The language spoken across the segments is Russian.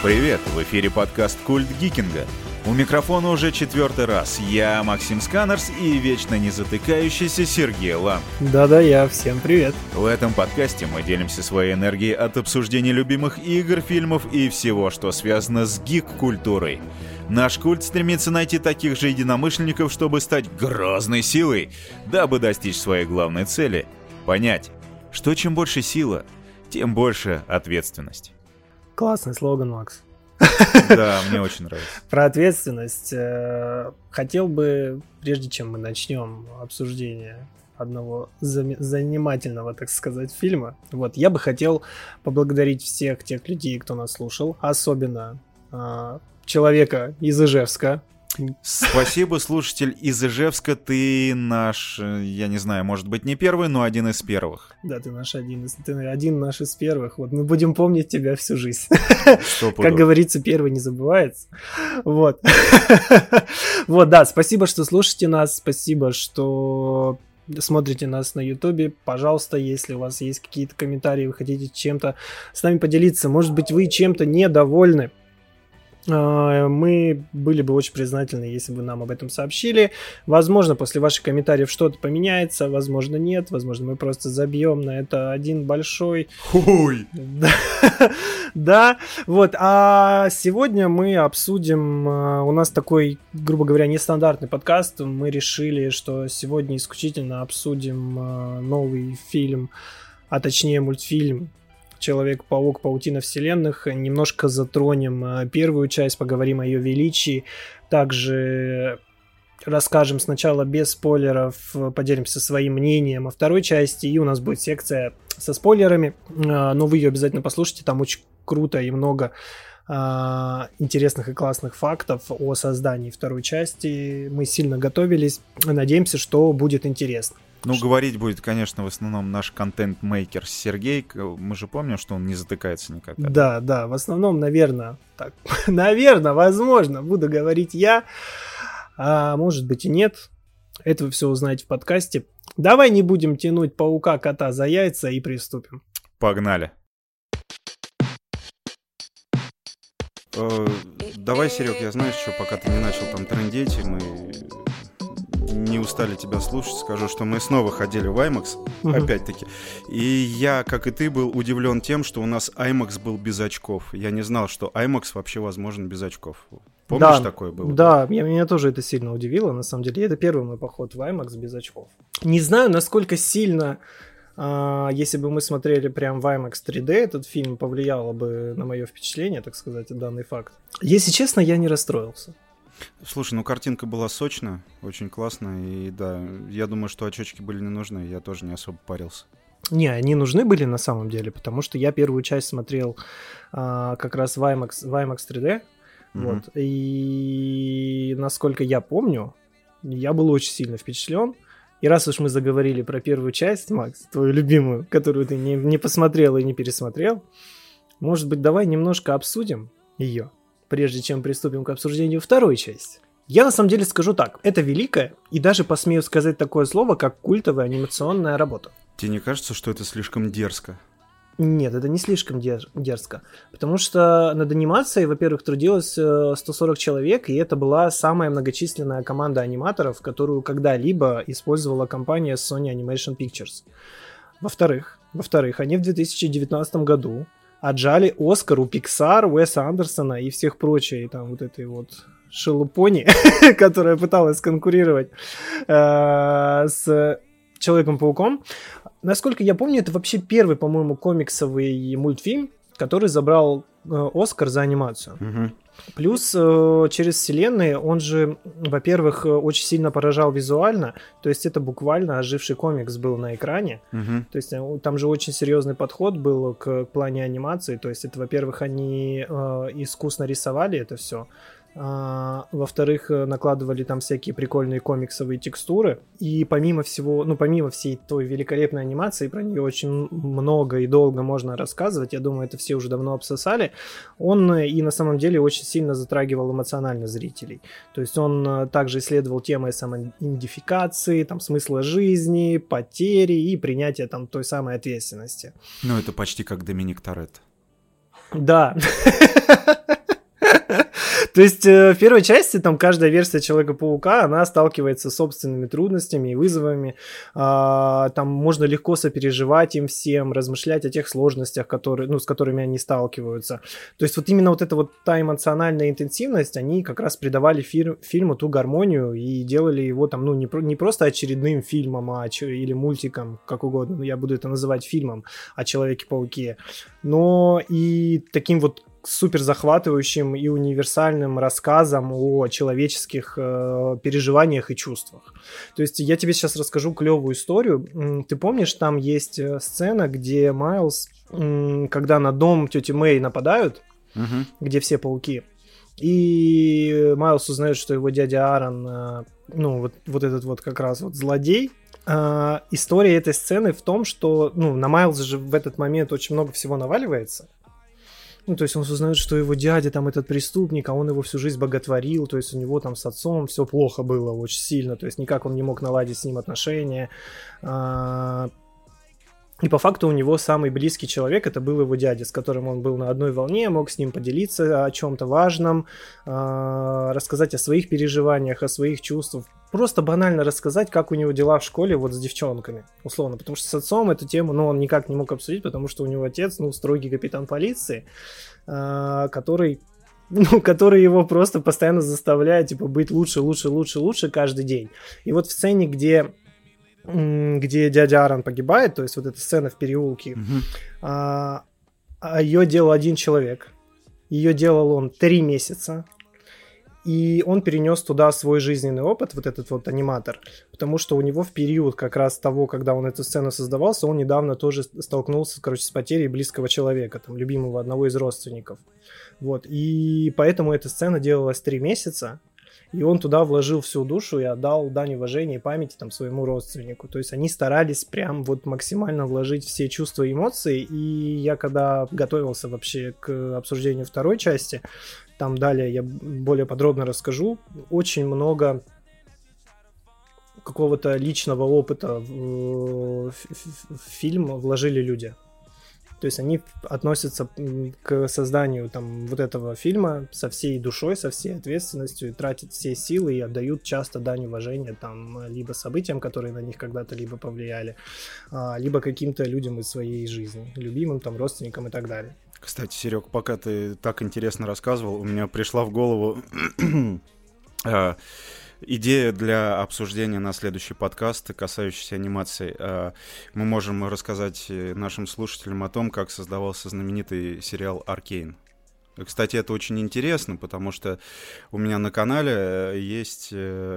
Привет, в эфире подкаст «Культ Гикинга». У микрофона уже 4-й раз. Я Максим Сканерс и вечно не затыкающийся Сергей Лам. Да-да, я. Всем привет. В этом подкасте мы делимся своей энергией от обсуждения любимых игр, фильмов и всего, что связано с гик-культурой. Наш культ стремится найти таких же единомышленников, чтобы стать грозной силой, дабы достичь своей главной цели — понять, что чем больше сила, тем больше ответственность. Классный слоган, Макс. Да, мне очень нравится. Про ответственность. Хотел бы, прежде чем мы начнем обсуждение одного занимательного, так сказать, фильма, я бы хотел поблагодарить всех тех людей, кто нас слушал, особенно человека из Ижевска. Спасибо, слушатель из Ижевска, ты наш, я не знаю, может быть не первый, но один из первых. Да, ты один наш из первых. Мы будем помнить тебя всю жизнь. Как говорится, первый не забывается. Вот, да, спасибо, что слушаете нас, спасибо, что смотрите нас на Ютубе. Пожалуйста, если у вас есть какие-то комментарии, вы хотите чем-то с нами поделиться, может быть, вы чем-то недовольны, мы были бы очень признательны, если бы нам об этом сообщили. Возможно, после ваших комментариев что-то поменяется, возможно, нет. Возможно, мы просто забьем на это один большой... Хуй! Да, вот. А сегодня мы обсудим... У нас такой, грубо говоря, нестандартный подкаст. Мы решили, что сегодня исключительно обсудим новый фильм, а точнее мультфильм «Человек-паук. Паутина вселенных». Немножко затронем первую часть, поговорим о ее величии. Также расскажем сначала без спойлеров, поделимся своим мнением о второй части. И у нас будет секция со спойлерами. Но вы ее обязательно послушайте. Там очень круто и много интересных и классных фактов о создании второй части. Мы сильно готовились. Надеемся, что будет интересно. Ну, говорить будет, конечно, в основном наш контент-мейкер Сергей. Мы же помним, что он не затыкается никогда. Да, в основном, наверное, возможно, буду говорить я, а может быть и нет. Это вы все узнаете в подкасте. Давай не будем тянуть паука кота за яйца и приступим. Погнали. Давай, Серег, я знаешь, что пока ты не начал там трындеть, и мы не устали тебя слушать, скажу, что мы снова ходили в IMAX, опять-таки. И я, как и ты, был удивлен тем, что у нас IMAX был без очков. Я не знал, что IMAX вообще возможен без очков. Помнишь, такое было? Да, меня тоже это сильно удивило, на самом деле. Это первый мой поход в IMAX без очков. Не знаю, насколько сильно, если бы мы смотрели прям в IMAX 3D, этот фильм повлияло бы на мое впечатление, так сказать, данный факт. Если честно, я не расстроился. Слушай, картинка была сочная, очень классная, и да, я думаю, что очечки были не нужны, я тоже не особо парился. Не, они нужны были на самом деле, потому что я первую часть смотрел как раз в IMAX 3D, вот, и насколько я помню, я был очень сильно впечатлен. И раз уж мы заговорили про первую часть, Макс, твою любимую, которую ты не посмотрел и не пересмотрел, может быть, давай немножко обсудим ее, прежде чем приступим к обсуждению второй части. Я на самом деле скажу так, это великая и даже посмею сказать такое слово, как культовая анимационная работа. Тебе не кажется, что это слишком дерзко? Нет, это не слишком дерзко, потому что над анимацией, во-первых, трудилось 140 человек, и это была самая многочисленная команда аниматоров, которую когда-либо использовала компания Sony Animation Pictures. Во-вторых, они в 2019 году отжали Оскар у Pixar, Уэса Андерсона и всех прочей там вот этой вот шелупони, которая пыталась конкурировать с Человеком-пауком. Насколько я помню, это вообще первый, по-моему, комиксовый мультфильм, который забрал Оскар за анимацию. Плюс через вселенные он же, во-первых, очень сильно поражал визуально, то есть это буквально оживший комикс был на экране, то есть там же очень серьезный подход был к плане анимации, то есть это, во-первых, они искусно рисовали это все, во-вторых, накладывали там всякие прикольные комиксовые текстуры, и помимо всего, помимо всей той великолепной анимации, про нее очень много и долго можно рассказывать, я думаю, это все уже давно обсосали, он и на самом деле очень сильно затрагивал эмоционально зрителей, то есть он также исследовал темы самоидентификации, там, смысла жизни, потери и принятия там той самой ответственности. Ну, это почти как Доминик Торетто. Да. То есть в первой части там каждая версия Человека-паука, она сталкивается с собственными трудностями и вызовами. Там можно легко сопереживать им всем, размышлять о тех сложностях, с которыми они сталкиваются. То есть вот именно вот эта вот та эмоциональная интенсивность, они как раз придавали фильму ту гармонию и делали его там, не просто очередным фильмом или мультиком, как угодно, я буду это называть фильмом о Человеке-пауке, но и таким вот супер захватывающим и универсальным рассказом о человеческих переживаниях и чувствах. То есть я тебе сейчас расскажу клевую историю. Ты помнишь, там есть сцена, где Майлз, когда на дом тети Мэй нападают, где все пауки, и Майлз узнает, что его дядя Аарон, вот этот вот как раз вот злодей. История этой сцены в том, что на Майлза же в этот момент очень много всего наваливается. То есть он узнает, что его дядя там этот преступник, а он его всю жизнь боготворил, то есть у него там с отцом все плохо было очень сильно, то есть никак он не мог наладить с ним отношения. И по факту у него самый близкий человек это был его дядя, с которым он был на одной волне, мог с ним поделиться о чем-то важном, рассказать о своих переживаниях, о своих чувствах, просто банально рассказать, как у него дела в школе вот с девчонками, условно, потому что с отцом эту тему, он никак не мог обсудить, потому что у него отец, строгий капитан полиции, который его просто постоянно заставляет, быть лучше каждый день. И вот в сцене, где дядя Аарон погибает, то есть вот эта сцена в переулке, ее делал один человек. Ее делал он 3 месяца. И он перенес туда свой жизненный опыт, вот этот вот аниматор, потому что у него в период как раз того, когда он эту сцену создавался, он недавно тоже столкнулся, с потерей близкого человека, там, любимого одного из родственников. Вот. И поэтому эта сцена делалась 3 месяца, и он туда вложил всю душу и отдал дань уважения и памяти там своему родственнику. То есть они старались прям вот максимально вложить все чувства и эмоции. И я когда готовился вообще к обсуждению второй части, там далее я более подробно расскажу, очень много какого-то личного опыта в фильм вложили люди. То есть они относятся к созданию там вот этого фильма со всей душой, со всей ответственностью, и тратят все силы и отдают часто дань уважения там либо событиям, которые на них когда-то либо повлияли, либо каким-то людям из своей жизни, любимым там родственникам и так далее. Кстати, Серег, пока ты так интересно рассказывал, у меня пришла в голову идея для обсуждения на следующий подкаст, касающийся анимации. Мы можем рассказать нашим слушателям о том, как создавался знаменитый сериал «Аркейн». Кстати, это очень интересно, потому что у меня на канале есть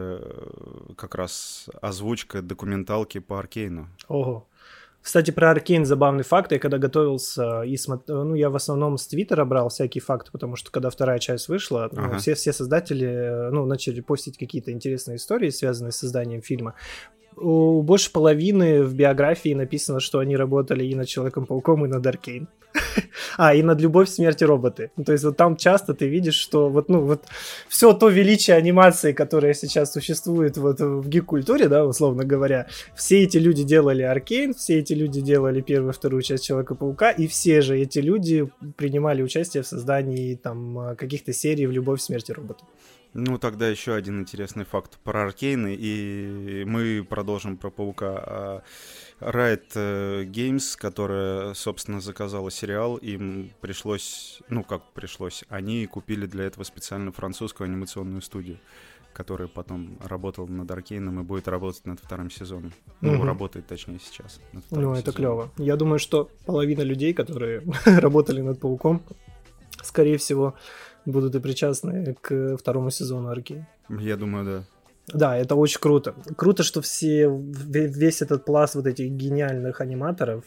как раз озвучка документалки по «Аркейну». Ого. Кстати, про Аркейн забавный факт. Я когда готовился, я в основном с Твиттера брал всякие факты, потому что когда вторая часть вышла, все создатели начали постить какие-то интересные истории, связанные с созданием фильма. У больше половины в биографии написано, что они работали и над Человеком-пауком, и над Аркейн. И над «Любовь, смерть и роботы». То есть вот там часто ты видишь, что все то величие анимации, которое сейчас существует в гик-культуре, да, условно говоря, все эти люди делали Аркейн, все эти люди делали первую и вторую часть Человека-паука, и все же эти люди принимали участие в создании там каких-то серий в «Любовь, смерть и роботы». Тогда еще один интересный факт про Аркейн, и мы продолжим про Паука. Riot Games, которая, собственно, заказала сериал, им пришлось, они купили для этого специально французскую анимационную студию, которая потом работала над Аркейном и будет работать над вторым сезоном. Работает, точнее, сейчас. Это клево. Я думаю, что половина людей, которые работали над Пауком, скорее всего, будут и причастны к второму сезону Аркейн. Я думаю, да. Да, это очень круто. Круто, что весь этот пласт вот этих гениальных аниматоров,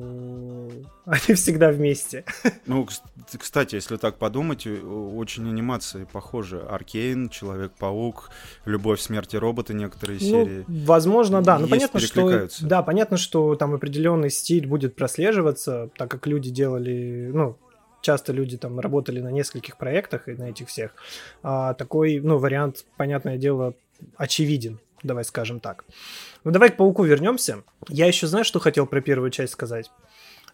они всегда вместе. Кстати, если так подумать, очень анимации похожи. Аркейн, Человек-паук, Любовь, смерть и роботы, некоторые серии. Возможно, да. Понятно, что там определенный стиль будет прослеживаться, так как люди делали, часто люди там работали на нескольких проектах и на этих всех. Такой, вариант, понятное дело, очевиден, давай скажем так. Давай к Пауку вернемся. Я еще, знаешь, что хотел про первую часть сказать?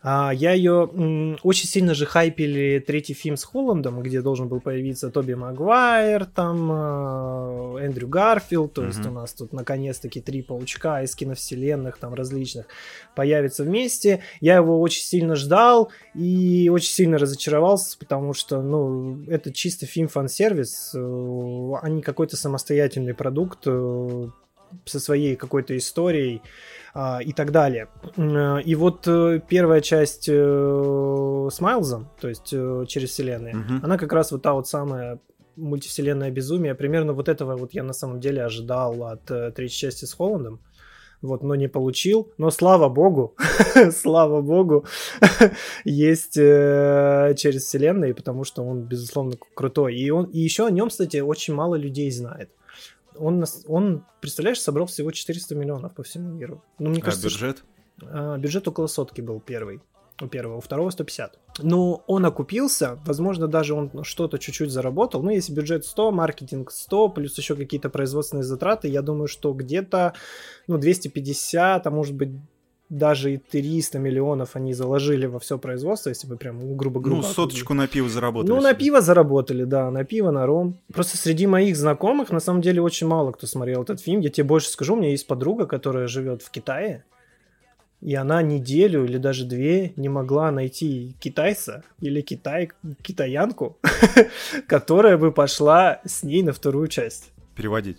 Я ее очень сильно же хайпили третий фильм с Холландом, где должен был появиться Тоби Магуайр, там Эндрю Гарфилд, то есть у нас тут наконец-таки 3 паучка из киновселенных там различных появятся вместе. Я его очень сильно ждал и очень сильно разочаровался, потому что, ну, это чисто фильм фан-сервис, а не какой-то самостоятельный продукт со своей какой-то историей и так далее. И вот первая часть с Майлзом, то есть через вселенные, она как раз вот та вот самая мультивселенная безумие. Примерно вот этого вот я на самом деле ожидал от третьей части с Холландом. Вот, но не получил. Но слава богу, слава богу, есть через вселенные, потому что он, безусловно, крутой. И еще о нем, кстати, очень мало людей знает. Он, представляешь, собрал всего 400 миллионов по всему миру. Ну, мне кажется, бюджет? Бюджет около 100 был первый. У первого, у второго 150. Но он окупился, возможно, даже он что-то чуть-чуть заработал. Ну, если бюджет 100, маркетинг 100, плюс еще какие-то производственные затраты, я думаю, что где-то 250, а может быть даже и 300 миллионов они заложили во все производство, если бы прям грубо. Ну, соточку на пиво заработали. Ну, на пиво заработали, да, на пиво, на ром. Просто среди моих знакомых, на самом деле, очень мало кто смотрел этот фильм. Я тебе больше скажу, у меня есть подруга, которая живет в Китае, и она неделю или даже 2 не могла найти китайца или китаянку, которая бы пошла с ней на вторую часть. Переводить?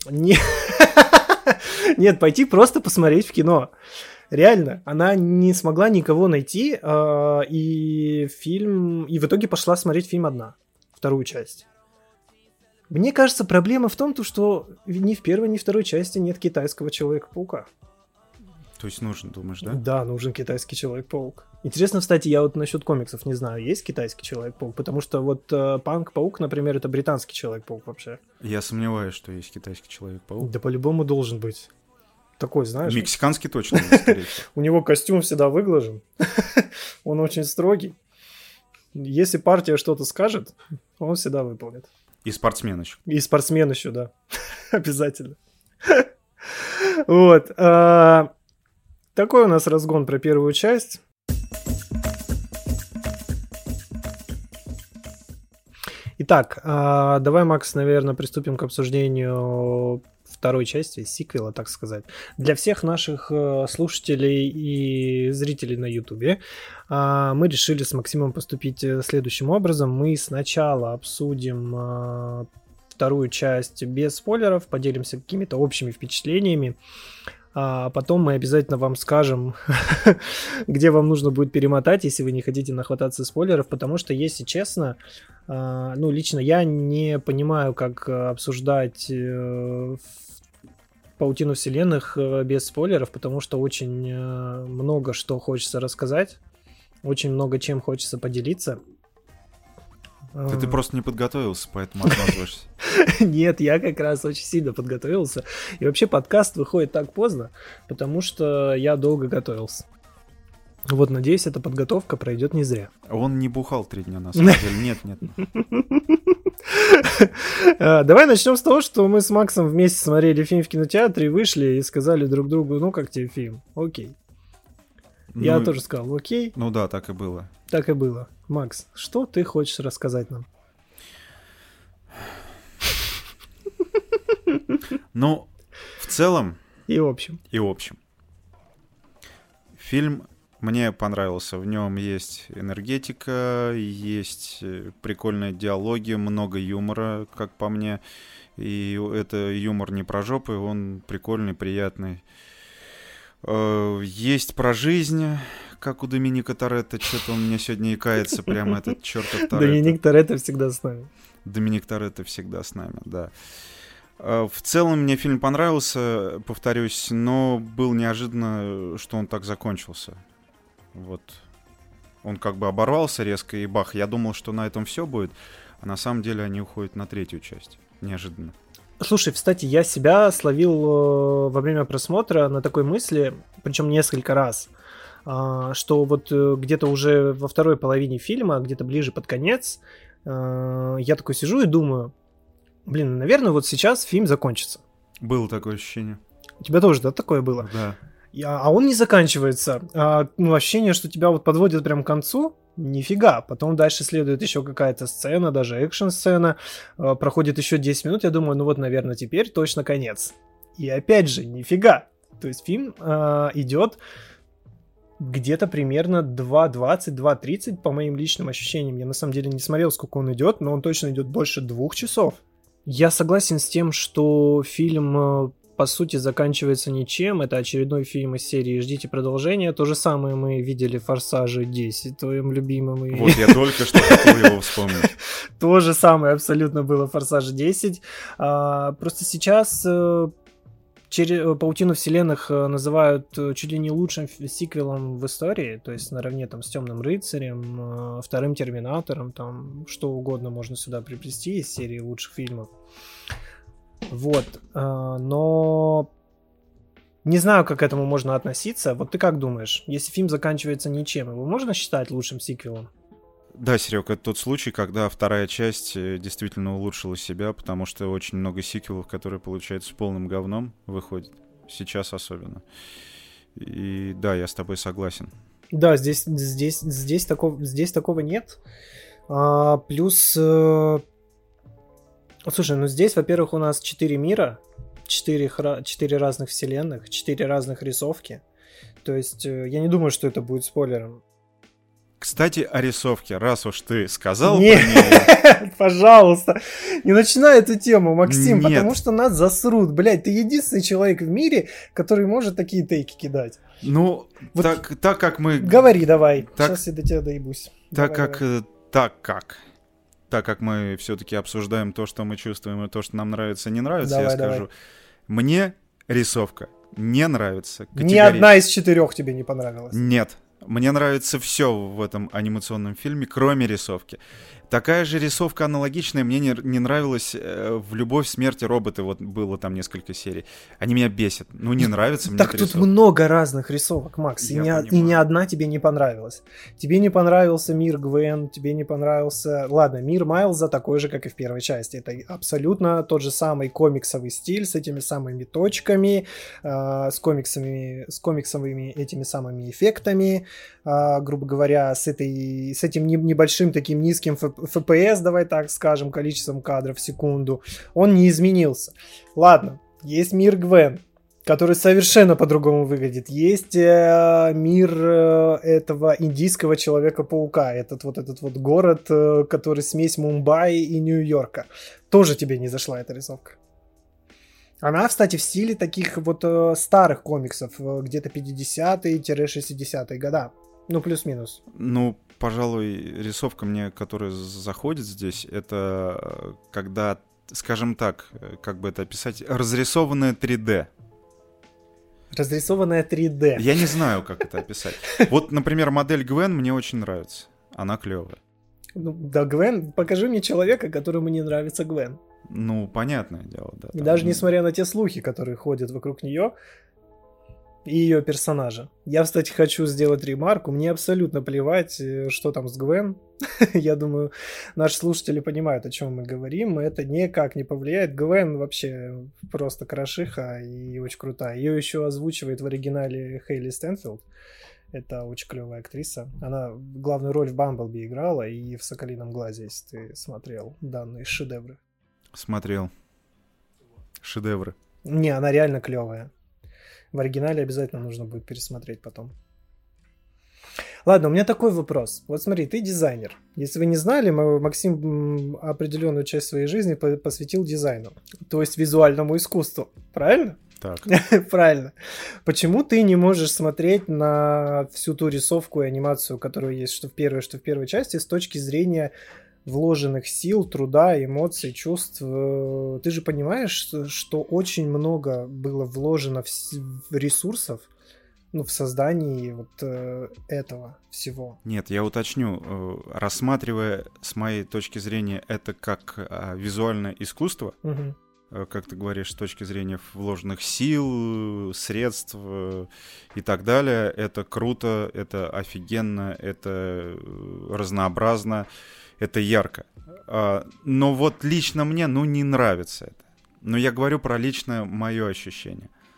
Нет, пойти просто посмотреть в кино. Реально, она не смогла никого найти, и в итоге пошла смотреть фильм одна, вторую часть. Мне кажется, проблема в том, что ни в первой, ни в второй части нет китайского Человека-паука. То есть нужен, думаешь, да? Да, нужен китайский Человек-паук. Интересно, кстати, я вот насчет комиксов не знаю, есть китайский Человек-паук, потому что вот Панк-паук, например, это британский Человек-паук вообще. Я сомневаюсь, что есть китайский Человек-паук. Да по-любому должен быть. Такой, знаешь. Мексиканский точно, скорее всего. У него костюм всегда выглажен. Он очень строгий. Если партия что-то скажет, он всегда выполнит. И спортсмен еще. И спортсмен еще, да. Обязательно. Вот. Такой у нас разгон про первую часть. Итак, давай, Макс, наверное, приступим к обсуждению второй части, сиквела, так сказать. Для всех наших слушателей и зрителей на Ютубе мы решили с Максимом поступить следующим образом. Мы сначала обсудим вторую часть без спойлеров, поделимся какими-то общими впечатлениями, а потом мы обязательно вам скажем, где вам нужно будет перемотать, если вы не хотите нахвататься спойлеров, потому что, если честно, лично я не понимаю, как обсуждать паутину вселенных без спойлеров, потому что очень много что хочется рассказать, очень много чем хочется поделиться. Ты просто не подготовился, поэтому отмазываешься. Нет, я как раз очень сильно подготовился. И вообще подкаст выходит так поздно, потому что я долго готовился. Вот, надеюсь, эта подготовка пройдет не зря. Он не бухал 3 дня, на самом деле. Нет. Давай начнем с того, что мы с Максом вместе смотрели фильм в кинотеатре, вышли и сказали друг другу, ну как тебе фильм? Окей. Я тоже сказал, окей. Ну да, так и было. Так и было. Макс, что ты хочешь рассказать нам? Ну, в целом... И в общем. Фильм мне понравился. В нем есть энергетика, есть прикольные диалоги, много юмора, как по мне. И это юмор не про жопы, он прикольный, приятный. Есть про жизнь, как у Доминика Торетто. Что-то он мне сегодня икается, прямо этот чертов Торетто. Доминик Торетто всегда с нами. Доминик Торетто всегда с нами, да. В целом мне фильм понравился, повторюсь, но было неожиданно, что он так закончился. Вот. Он как бы оборвался резко и бах. Я думал, что на этом все будет, а на самом деле они уходят на 3-ю часть. Неожиданно. Слушай, кстати, я себя словил во время просмотра на такой мысли, причем несколько раз, что вот где-то уже во второй половине фильма, где-то ближе под конец, я такой сижу и думаю, наверное, вот сейчас фильм закончится. Было такое ощущение. У тебя тоже, да, такое было? Да. А он не заканчивается. Ощущение, что тебя вот подводят прям к концу, нифига. Потом дальше следует еще какая-то сцена, даже экшн-сцена. Проходит еще 10 минут, я думаю, ну вот, наверное, теперь точно конец. И опять же, нифига. То есть фильм идет где-то примерно 2:20, 2:30, по моим личным ощущениям. Я на самом деле не смотрел, сколько он идет, но он точно идет больше 2 часов. Я согласен с тем, что фильм, по сути, заканчивается ничем. Это очередной фильм из серии «Ждите продолжения». То же самое мы видели в «Форсаже 10», твоим любимым. Вот я только что хотел его вспомнить. То же самое абсолютно было в «Форсаже 10». Просто сейчас «Паутину вселенных» называют чуть ли не лучшим сиквелом в истории, то есть наравне там с «Темным рыцарем», вторым «Терминатором», там что угодно можно сюда приплести из серии лучших фильмов. Вот, но не знаю, как к этому можно относиться. Вот ты как думаешь, если фильм заканчивается ничем, его можно считать лучшим сиквелом? Да, Серег, это тот случай, когда вторая часть действительно улучшила себя, потому что очень много сиквелов, которые, получается, полным говном выходят. Сейчас особенно. И да, я с тобой согласен. Да, здесь такого нет. Плюс... Слушай, ну здесь, во-первых, у нас 4 мира, 4 разных вселенных, 4 разных рисовки. То есть я не думаю, что это будет спойлером. Кстати, о рисовке, раз уж ты сказал... Нет, пожалуйста, не начинай эту тему, Максим, Нет. Потому что нас засрут. Блядь, ты единственный человек в мире, который может такие тейки кидать. Ну, вот так как мы... Говори давай, сейчас я до тебя доебусь. Так как мы все-таки обсуждаем то, что мы чувствуем, и то, что нам нравится, не нравится, я скажу. Мне рисовка не нравится. Ни одна из 4 тебе не понравилась? Нет. Мне нравится все в этом анимационном фильме, кроме рисовки. Такая же рисовка аналогичная мне не нравилась в «Любовь, смерть и роботы». Вот было там несколько серий. Они меня бесят. Ну, не нравится мне так тут много разных рисовок, Макс. И ни одна тебе не понравилась. Тебе не понравился мир Гвен, тебе не понравился... Ладно, мир Майлза такой же, как и в первой части. Это абсолютно тот же самый комиксовый стиль с этими самыми точками, с комиксовыми этими самыми эффектами, грубо говоря, с этим небольшим таким низким FPS, давай так скажем, количеством кадров в секунду, он не изменился. Ладно, есть мир Гвен, который совершенно по-другому выглядит. Есть мир этого индийского Человека-паука, этот вот город, который смесь Мумбаи и Нью-Йорка. Тоже тебе не зашла эта рисовка. Она, кстати, в стиле таких вот старых комиксов, где-то 50-60-е года. Ну, плюс-минус. Ну, пожалуй, рисовка мне, которая заходит здесь, это когда, скажем так, как бы это описать, разрисованное 3D. Разрисованное 3D. Я не знаю, как это описать. Вот, например, модель Гвен мне очень нравится. Она клевая. Ну, да, Гвен, покажи мне человека, которому не нравится Гвен. Ну, понятное дело, да. И даже несмотря на те слухи, которые ходят вокруг нее и ее персонажа. Я, кстати, хочу сделать ремарку. Мне абсолютно плевать, что там с Гвен. Я думаю, наши слушатели понимают, о чем мы говорим. Это никак не повлияет. Гвен вообще просто крошиха и очень крутая. Ее еще озвучивает в оригинале Хейли Стэнфилд. Это очень клевая актриса. Она главную роль в «Бамблби» играла и в «Соколином глазе», если ты смотрел данные шедевры. Смотрел. Шедевры. Не, она реально клевая. В оригинале обязательно нужно будет пересмотреть потом. Ладно, у меня такой вопрос. Вот смотри, ты дизайнер. Если вы не знали, Максим определенную часть своей жизни посвятил дизайну. То есть визуальному искусству. Правильно? Так. Правильно. Почему ты не можешь смотреть на всю ту рисовку и анимацию, которая есть что в первой части, с точки зрения вложенных сил, труда, эмоций, чувств? Ты же понимаешь, что очень много было вложено в ресурсов, в создании вот этого всего. Нет, я уточню. Рассматривая, с моей точки зрения, это как визуальное искусство, как ты говоришь, с точки зрения вложенных сил, средств и так далее, это круто, это офигенно, это разнообразно, это ярко. Но вот лично мне, не нравится это. Но я говорю про личное мое ощущение.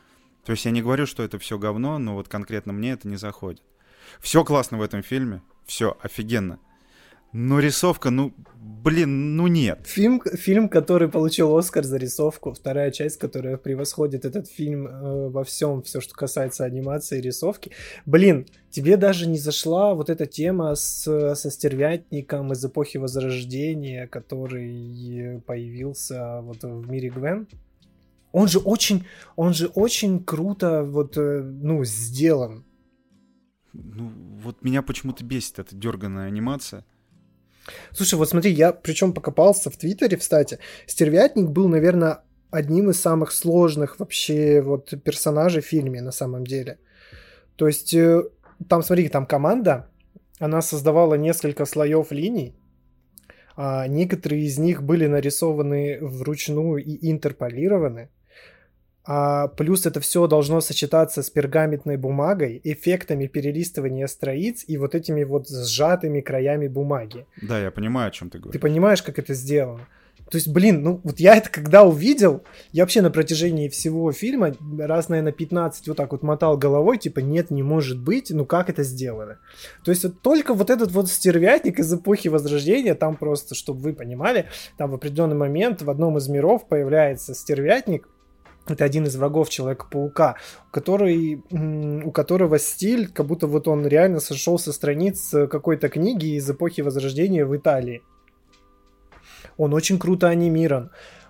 То есть я не говорю, что это все говно, но вот конкретно мне это не заходит. Все классно в этом фильме, все офигенно. Но рисовка, нет. Фильм, который получил Оскар за рисовку, вторая часть, которая превосходит этот фильм во всем, все, что касается анимации и рисовки. Блин, тебе даже не зашла вот эта тема со стервятником из эпохи Возрождения, который появился вот в мире Гвен? Он же очень круто сделан. Вот меня почему-то бесит эта дерганая анимация. Слушай, вот смотри, я причем покопался в Твиттере, кстати. Стервятник был, наверное, одним из самых сложных вообще вот персонажей в фильме на самом деле. То есть там, смотри, там команда, она создавала несколько слоев линий, а некоторые из них были нарисованы вручную и интерполированы. Плюс это все должно сочетаться с пергаментной бумагой, эффектами перелистывания страниц и вот этими вот сжатыми краями бумаги. Да, я понимаю, о чем ты говоришь. Ты понимаешь, как это сделано? То есть, вот я это когда увидел, я вообще на протяжении всего фильма раз, наверное, 15 вот так вот мотал головой, типа, нет, не может быть, как это сделано? То есть, вот только вот этот вот стервятник из эпохи Возрождения, там просто, чтобы вы понимали, там в определенный момент в одном из миров появляется стервятник. Это один из врагов Человека-паука, у которого стиль, как будто вот он реально сошел со страниц какой-то книги из эпохи Возрождения в Италии. Он очень круто анимирован.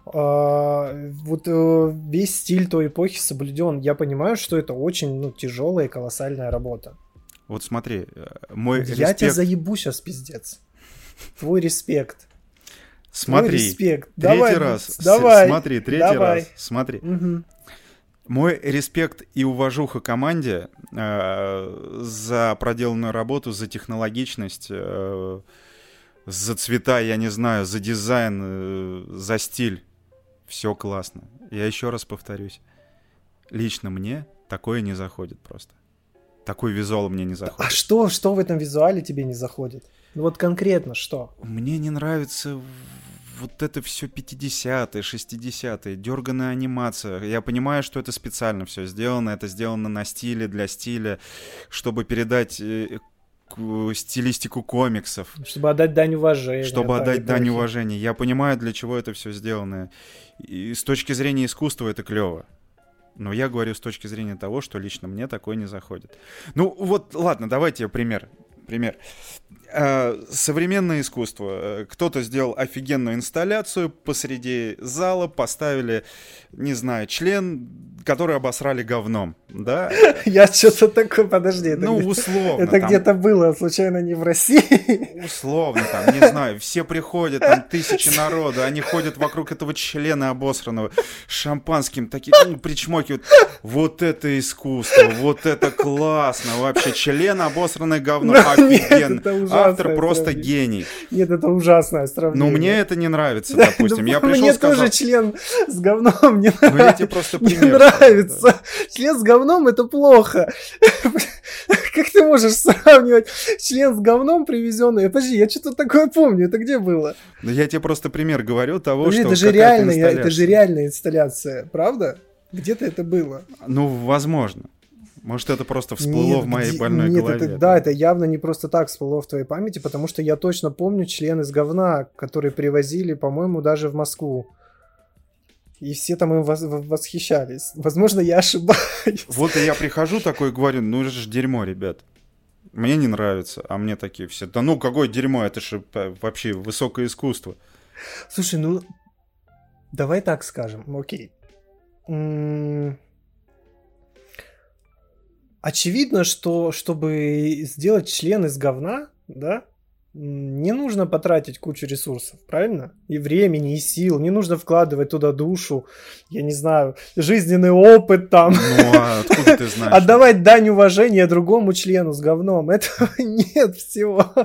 Весь стиль той эпохи соблюден. Я понимаю, что это очень тяжелая и колоссальная работа. Вот смотри, мой респект... Я тебя заебу сейчас, пиздец. Твой респект. Смотри, третий раз. Смотри. Угу. Мой респект и уважуха команде за проделанную работу, за технологичность, за цвета, я не знаю, за дизайн, за стиль. Все классно. Я еще раз повторюсь. Лично мне такое не заходит просто. Такой визуал мне не заходит. А что в этом визуале тебе не заходит? Вот конкретно что? Мне не нравится вот это все 50-е, 60-е, дерганая анимация. Я понимаю, что это специально все сделано. Это сделано на стиле, для стиля, чтобы передать стилистику комиксов. Чтобы отдать дань уважения. Чтобы отдать дань уважения. Я понимаю, для чего это все сделано. И с точки зрения искусства это клево. Но я говорю с точки зрения того, что лично мне такое не заходит. Ладно, давайте пример. Современное искусство. Кто-то сделал офигенную инсталляцию, посреди зала поставили, не знаю, член, который обосрали говном, да? Я что-то такое, подожди. Условно. Это где-то было, случайно не в России? Условно, там, не знаю, все приходят, там тысячи народу, они ходят вокруг этого члена обосранного, шампанским такие, причмокивают. Вот это искусство, вот это классно, вообще, член обосранный говно, офигенно. Автор просто гений. Нет, это ужасное сравнение. Но мне это не нравится, допустим. Я пришел, мне сказал... тоже член с говном не нравится. Я тебе просто пример. Не нравится. Да. Член с говном — это плохо. Как ты можешь сравнивать член с говном привезенный? Подожди, я что-то такое помню. Это где было? Да я тебе просто пример говорю того, что это же реальная инсталляция, правда? Где-то это было. Возможно. Может, это просто всплыло в моей больной голове. Это явно не просто так всплыло в твоей памяти, потому что я точно помню член из говна, который привозили, по-моему, даже в Москву. И все там им восхищались. Возможно, я ошибаюсь. Вот и я прихожу такой и говорю, это же дерьмо, ребят. Мне не нравится, а мне такие все. Да какое дерьмо, это же вообще высокое искусство. Слушай, давай так скажем, окей. Очевидно, что чтобы сделать член из говна, да, не нужно потратить кучу ресурсов, правильно? И времени, и сил. Не нужно вкладывать туда душу, я не знаю, жизненный опыт там. А откуда ты знаешь? Отдавать дань уважения другому члену с говном. Этого нет всего.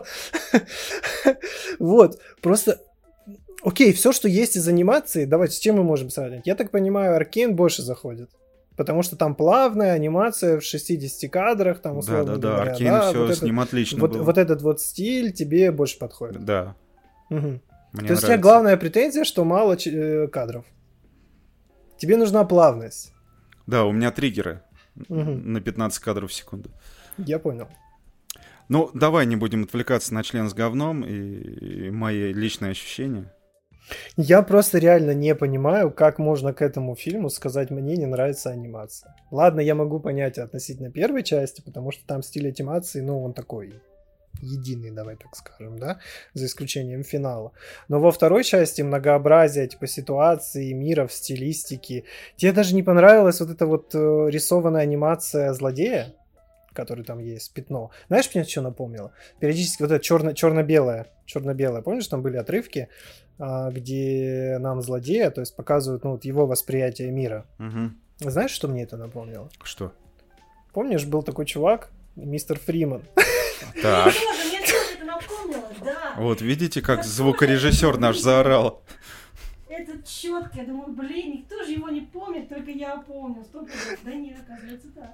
Вот, просто... Окей, все, что есть из анимации, давайте, с чем мы можем сравнить? Я так понимаю, Аркейн больше заходит. Потому что там плавная анимация в 60 кадрах, там условно говоря. Аркейн все с ним отлично было. Вот этот вот стиль тебе больше подходит. Да. Угу. То есть у тебя главная претензия, что мало кадров. Тебе нужна плавность. Да, у меня триггеры на 15 кадров в секунду. Я понял. Ну, давай не будем отвлекаться на член с говном и мои личные ощущения. Я просто реально не понимаю, как можно к этому фильму сказать «мне не нравится анимация». Ладно, я могу понять относительно первой части, потому что там стиль анимации, ну, он такой единый, давай так скажем, да, за исключением финала. Но во второй части многообразие, типа, ситуаций, мира в стилистике. Тебе даже не понравилась вот эта вот рисованная анимация злодея, который там есть, пятно. Знаешь, мне что напомнило? Периодически вот это черно-белое, помнишь, там были отрывки, где нам злодея, то есть показывают, ну, вот его восприятие мира. Угу. Знаешь, что мне это напомнило? Что? Помнишь, был такой чувак, мистер Фриман? Так. Мне тоже это напомнило, да. Вот, видите, как звукорежиссер наш заорал. Это четко, я думаю, блин, никто же его не помнит, только я помню. Столько лет. Да нет, оказывается, да.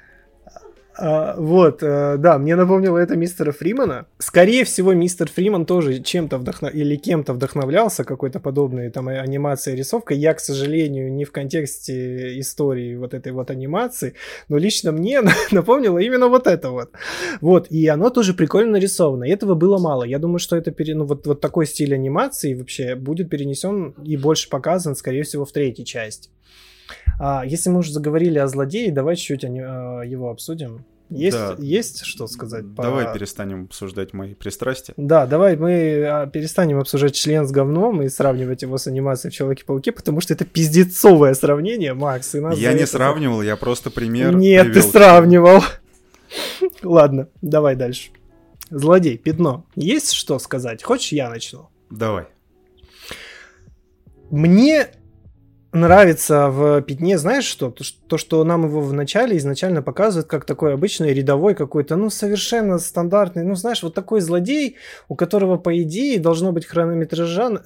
Да, мне напомнило это мистера Фримана. Скорее всего, мистер Фриман тоже чем-то кем-то вдохновлялся, какой-то подобной там анимацией, рисовкой. Я, к сожалению, не в контексте истории вот этой вот анимации, но лично мне напомнило именно вот это вот. Вот, и оно тоже прикольно нарисовано. И этого было мало. Я думаю, что это вот такой стиль анимации вообще будет перенесен и больше показан, скорее всего, в третьей части. Если мы уже заговорили о злодее, давай чуть-чуть его обсудим. Есть что сказать? Давай перестанем обсуждать мои пристрастия. Да, давай мы перестанем обсуждать член с говном и сравнивать его с анимацией в Человеке-пауке, потому что это пиздецовое сравнение, Макс. Я не сравнивал, я просто пример Нет, ты сравнивал. Ладно, давай дальше. Злодей, пятно. Есть что сказать? Хочешь, я начну? Давай. Мне нравится в пятне, знаешь что? То, что нам его вначале изначально показывают как такой обычный рядовой какой-то, ну, совершенно стандартный, ну, знаешь, вот такой злодей, у которого, по идее, должно быть хронометража...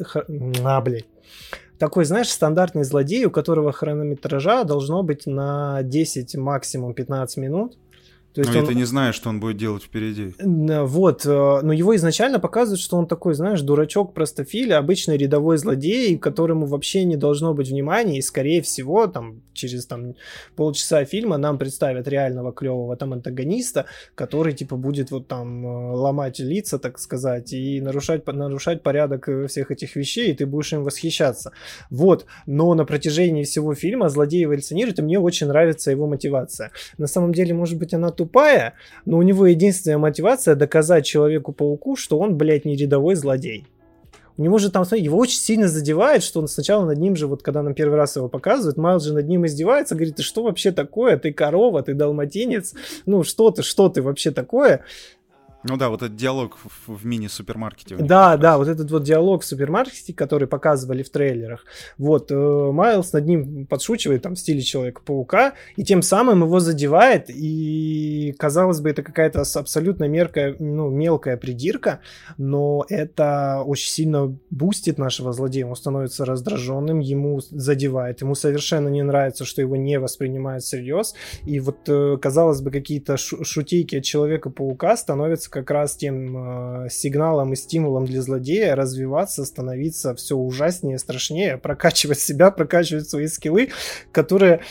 Такой, знаешь, стандартный злодей, у которого хронометража должно быть на 10, максимум 15 минут. То есть но ты не знаешь, что он будет делать впереди. Вот, но его изначально показывают, что он такой, знаешь, дурачок, простофиль, обычный рядовой злодей, которому вообще не должно быть внимания, и, скорее всего, там, через полчаса фильма нам представят реального клевого там антагониста, который, типа, будет вот там ломать лица, так сказать, и нарушать порядок всех этих вещей, и ты будешь им восхищаться. Вот, но на протяжении всего фильма злодей эволюционирует, и мне очень нравится его мотивация. На самом деле, может быть, она тупая, но у него единственная мотивация доказать Человеку-пауку, что он, блядь, не рядовой злодей. У него же там, смотри, его очень сильно задевает, что он сначала над ним же, вот когда нам первый раз его показывают, Майлз же над ним издевается, говорит, ты что вообще такое? Ты корова, ты далматинец, ну что ты вообще такое? Ну да, вот этот диалог в мини-супермаркете. Да, вот этот вот диалог в супермаркете, который показывали в трейлерах. Вот, Майлз над ним подшучивает там в стиле Человека-паука, и тем самым его задевает, и, казалось бы, это какая-то абсолютно мелкая придирка, но это очень сильно бустит нашего злодея, он становится раздраженным, ему задевает, ему совершенно не нравится, что его не воспринимают всерьез, и вот, казалось бы, какие-то шутейки от Человека-паука становятся как раз тем сигналом и стимулом для злодея развиваться, становиться все ужаснее, страшнее, прокачивать себя, прокачивать свои скиллы, которые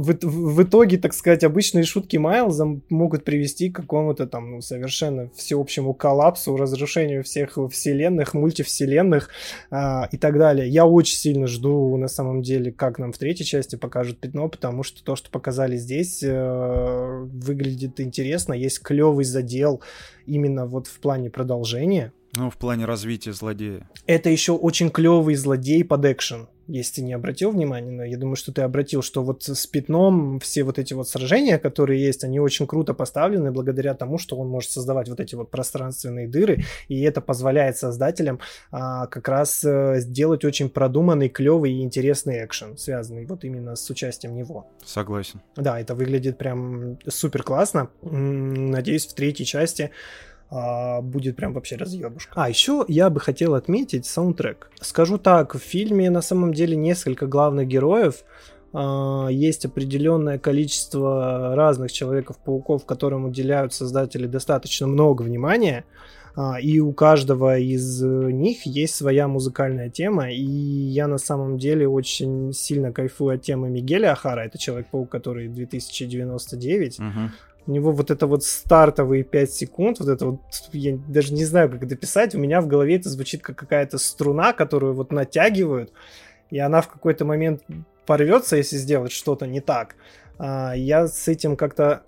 в итоге, так сказать, обычные шутки Майлза могут привести к какому-то там совершенно всеобщему коллапсу, разрушению всех вселенных, мультивселенных и так далее. Я очень сильно жду, на самом деле, как нам в третьей части покажут пятно, потому что то, что показали здесь, выглядит интересно, есть клевый задел именно вот в плане продолжения. Ну, в плане развития злодея. Это еще очень клевый злодей под экшен. Если ты не обратил внимания, но я думаю, что ты обратил, что вот с пятном все вот эти вот сражения, которые есть, они очень круто поставлены благодаря тому, что он может создавать вот эти вот пространственные дыры, и это позволяет создателям как раз сделать очень продуманный, клевый и интересный экшен, связанный вот именно с участием него. Согласен. Да, это выглядит прям супер классно. Надеюсь, в третьей части будет прям вообще разъебушка. Еще я бы хотел отметить саундтрек. Скажу так, в фильме на самом деле несколько главных героев, есть определенное количество разных Человеков-пауков, которым уделяют создатели достаточно много внимания. И у каждого из них есть своя музыкальная тема, и я на самом деле очень сильно кайфую от темы Мигеля Охара, это Человек-паук, который 2099. У него вот это вот стартовые 5 секунд, вот это вот, я даже не знаю, как это писать, у меня в голове это звучит как какая-то струна, которую вот натягивают, и она в какой-то момент порвется, если сделать что-то не так. Я с этим как-то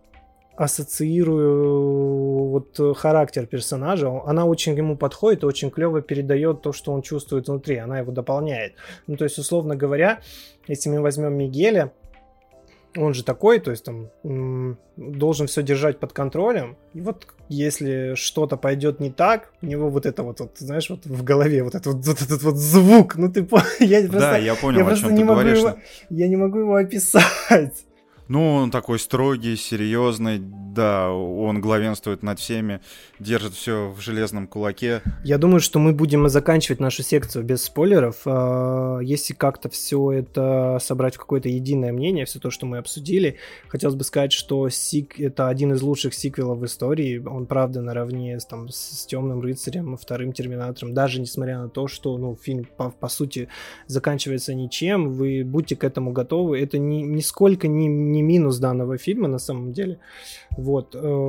ассоциирую вот характер персонажа. Она очень ему подходит, очень клево передает то, что он чувствует внутри, она его дополняет. Ну, то есть, условно говоря, если мы возьмем Мигеля, он же такой, то есть там должен все держать под контролем. И вот если что-то пойдет не так, у него вот это вот знаешь, вот в голове вот этот вот звук. Ну ты я понял, о чем ты говоришь. Я не могу его описать. Ну, он такой строгий, серьезный, да, он главенствует над всеми, держит все в железном кулаке. Я думаю, что мы будем заканчивать нашу секцию без спойлеров. Если как-то все это собрать в какое-то единое мнение, все то, что мы обсудили, хотелось бы сказать, что это один из лучших сиквелов в истории. Он, правда, наравне с «Темным рыцарем», вторым «Терминатором», даже несмотря на то, что фильм, по сути, заканчивается ничем, вы будьте к этому готовы. Это нисколько не минус данного фильма на самом деле. Вот.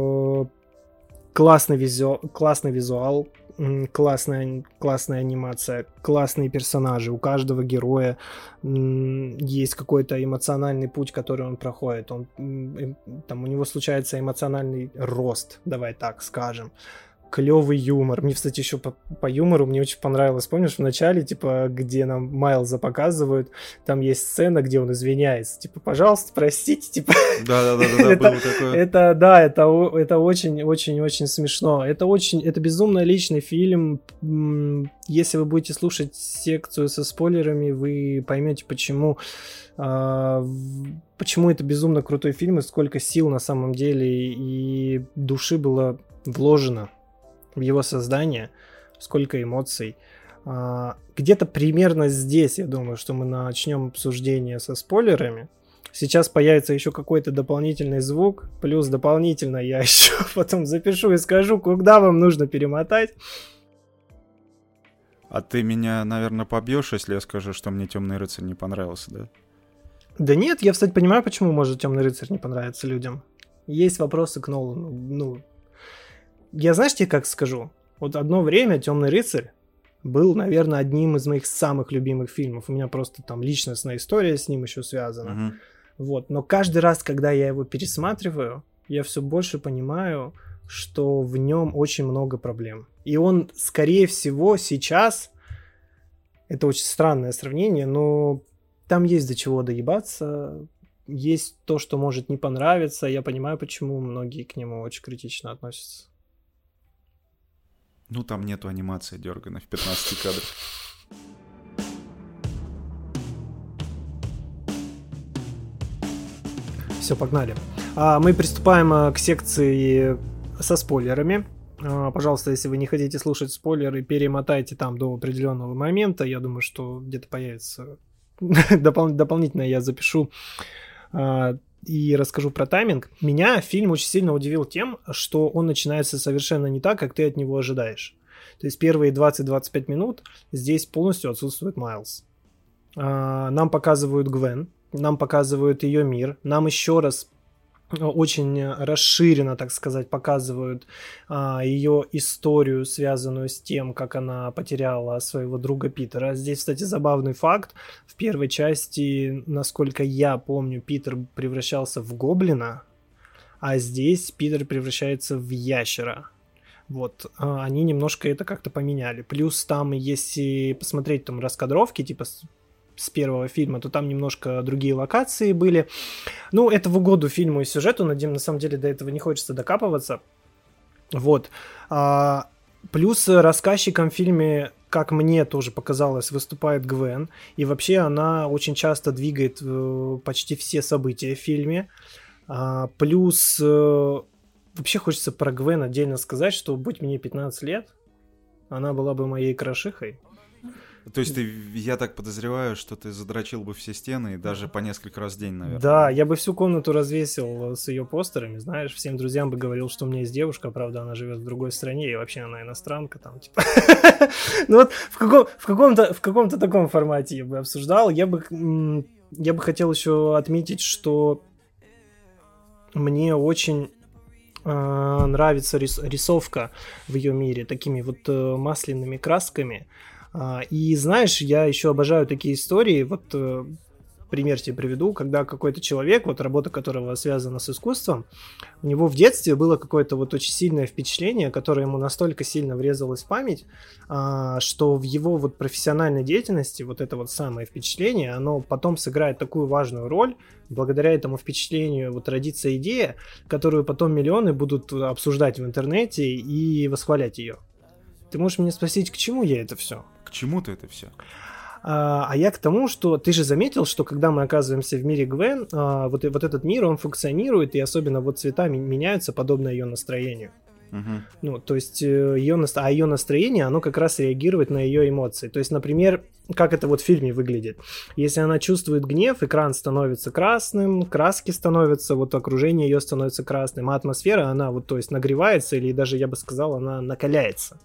Классный визуал, классная анимация, классные персонажи. У каждого героя есть какой-то эмоциональный путь, который он проходит. У него случается эмоциональный рост, давай так скажем. Клевый юмор. Мне, кстати, еще по юмору мне очень понравилось. Помнишь, в начале, где нам Майлза показывают, там есть сцена, где он извиняется. Пожалуйста, простите, Да, было такое. Это очень-очень-очень смешно. Это безумно личный фильм. Если вы будете слушать секцию со спойлерами, вы поймете, почему это безумно крутой фильм, и сколько сил на самом деле и души было вложено в его создание, сколько эмоций. Где-то примерно здесь, я думаю, что мы начнем обсуждение со спойлерами. Сейчас появится еще какой-то дополнительный звук, плюс дополнительно я еще потом запишу и скажу, куда вам нужно перемотать. А ты меня, наверное, побьешь, если я скажу, что мне «Темный рыцарь» не понравился, да? Да нет, я, кстати, понимаю, почему может «Темный рыцарь» не понравиться людям. Есть вопросы к Нолану, я, знаешь, тебе как скажу? Вот одно время «Темный рыцарь» был, наверное, одним из моих самых любимых фильмов. У меня просто там личностная история с ним еще связана. Вот. Но каждый раз, когда я его пересматриваю, я все больше понимаю, что в нем очень много проблем. И он, скорее всего, сейчас... Это очень странное сравнение, но там есть до чего доебаться. Есть то, что может не понравиться. Я понимаю, почему многие к нему очень критично относятся. Ну, там нету анимации дёрганной в 15 кадрах. Все, погнали. Мы приступаем к секции со спойлерами. Пожалуйста, если вы не хотите слушать спойлеры, перемотайте там до определенного момента. Я думаю, что где-то появится дополнительно, я запишу и расскажу про тайминг. Меня фильм очень сильно удивил тем, что он начинается совершенно не так, как ты от него ожидаешь. То есть первые 20-25 минут здесь полностью отсутствует Майлз. Нам показывают Гвен, нам показывают ее мир, нам еще раз очень расширенно, так сказать, показывают ее историю, связанную с тем, как она потеряла своего друга Питера. Здесь, кстати, забавный факт. В первой части, насколько я помню, Питер превращался в гоблина, а здесь Питер превращается в ящера. Вот, они немножко это как-то поменяли. Плюс там, если посмотреть там раскадровки, типа с первого фильма, то там немножко другие локации были. Ну, это в угоду фильму и сюжету, на самом деле до этого не хочется докапываться. Вот. Плюс рассказчиком в фильме, как мне тоже показалось, выступает Гвен. И вообще она очень часто двигает почти все события в фильме. Плюс вообще хочется про Гвен отдельно сказать, что будь мне 15 лет, она была бы моей крошихой. То есть я так подозреваю, что ты задрочил бы все стены и даже по несколько раз в день, наверное. Да, я бы всю комнату развесил с ее постерами, знаешь, всем друзьям бы говорил, что у меня есть девушка, правда, она живет в другой стране, и вообще она иностранка, там, типа. Ну вот в каком-то таком формате я бы обсуждал. Я бы хотел еще отметить, что мне очень нравится рисовка в ее мире такими вот масляными красками. И знаешь, я еще обожаю такие истории. Вот пример тебе приведу, когда какой-то человек, вот работа которого связана с искусством, у него в детстве было какое-то вот очень сильное впечатление, которое ему настолько сильно врезалось в память, что в его вот профессиональной деятельности вот это вот самое впечатление, оно потом сыграет такую важную роль. Благодаря этому впечатлению вот родится идея, которую потом миллионы будут обсуждать в интернете и восхвалять ее. Ты можешь меня спросить, к чему я это все? К чему ты это все? А я к тому, что ты же заметил, что когда мы оказываемся в мире Гвен, вот этот мир, он функционирует, и особенно вот цвета меняются, подобно ее настроению. Ну, то есть ее настроение, оно как раз реагирует на ее эмоции. То есть, например, как это вот в фильме выглядит. Если она чувствует гнев, экран становится красным, краски становятся, вот окружение ее становится красным, а атмосфера, она вот, то есть, нагревается, или даже, я бы сказал, она накаляется.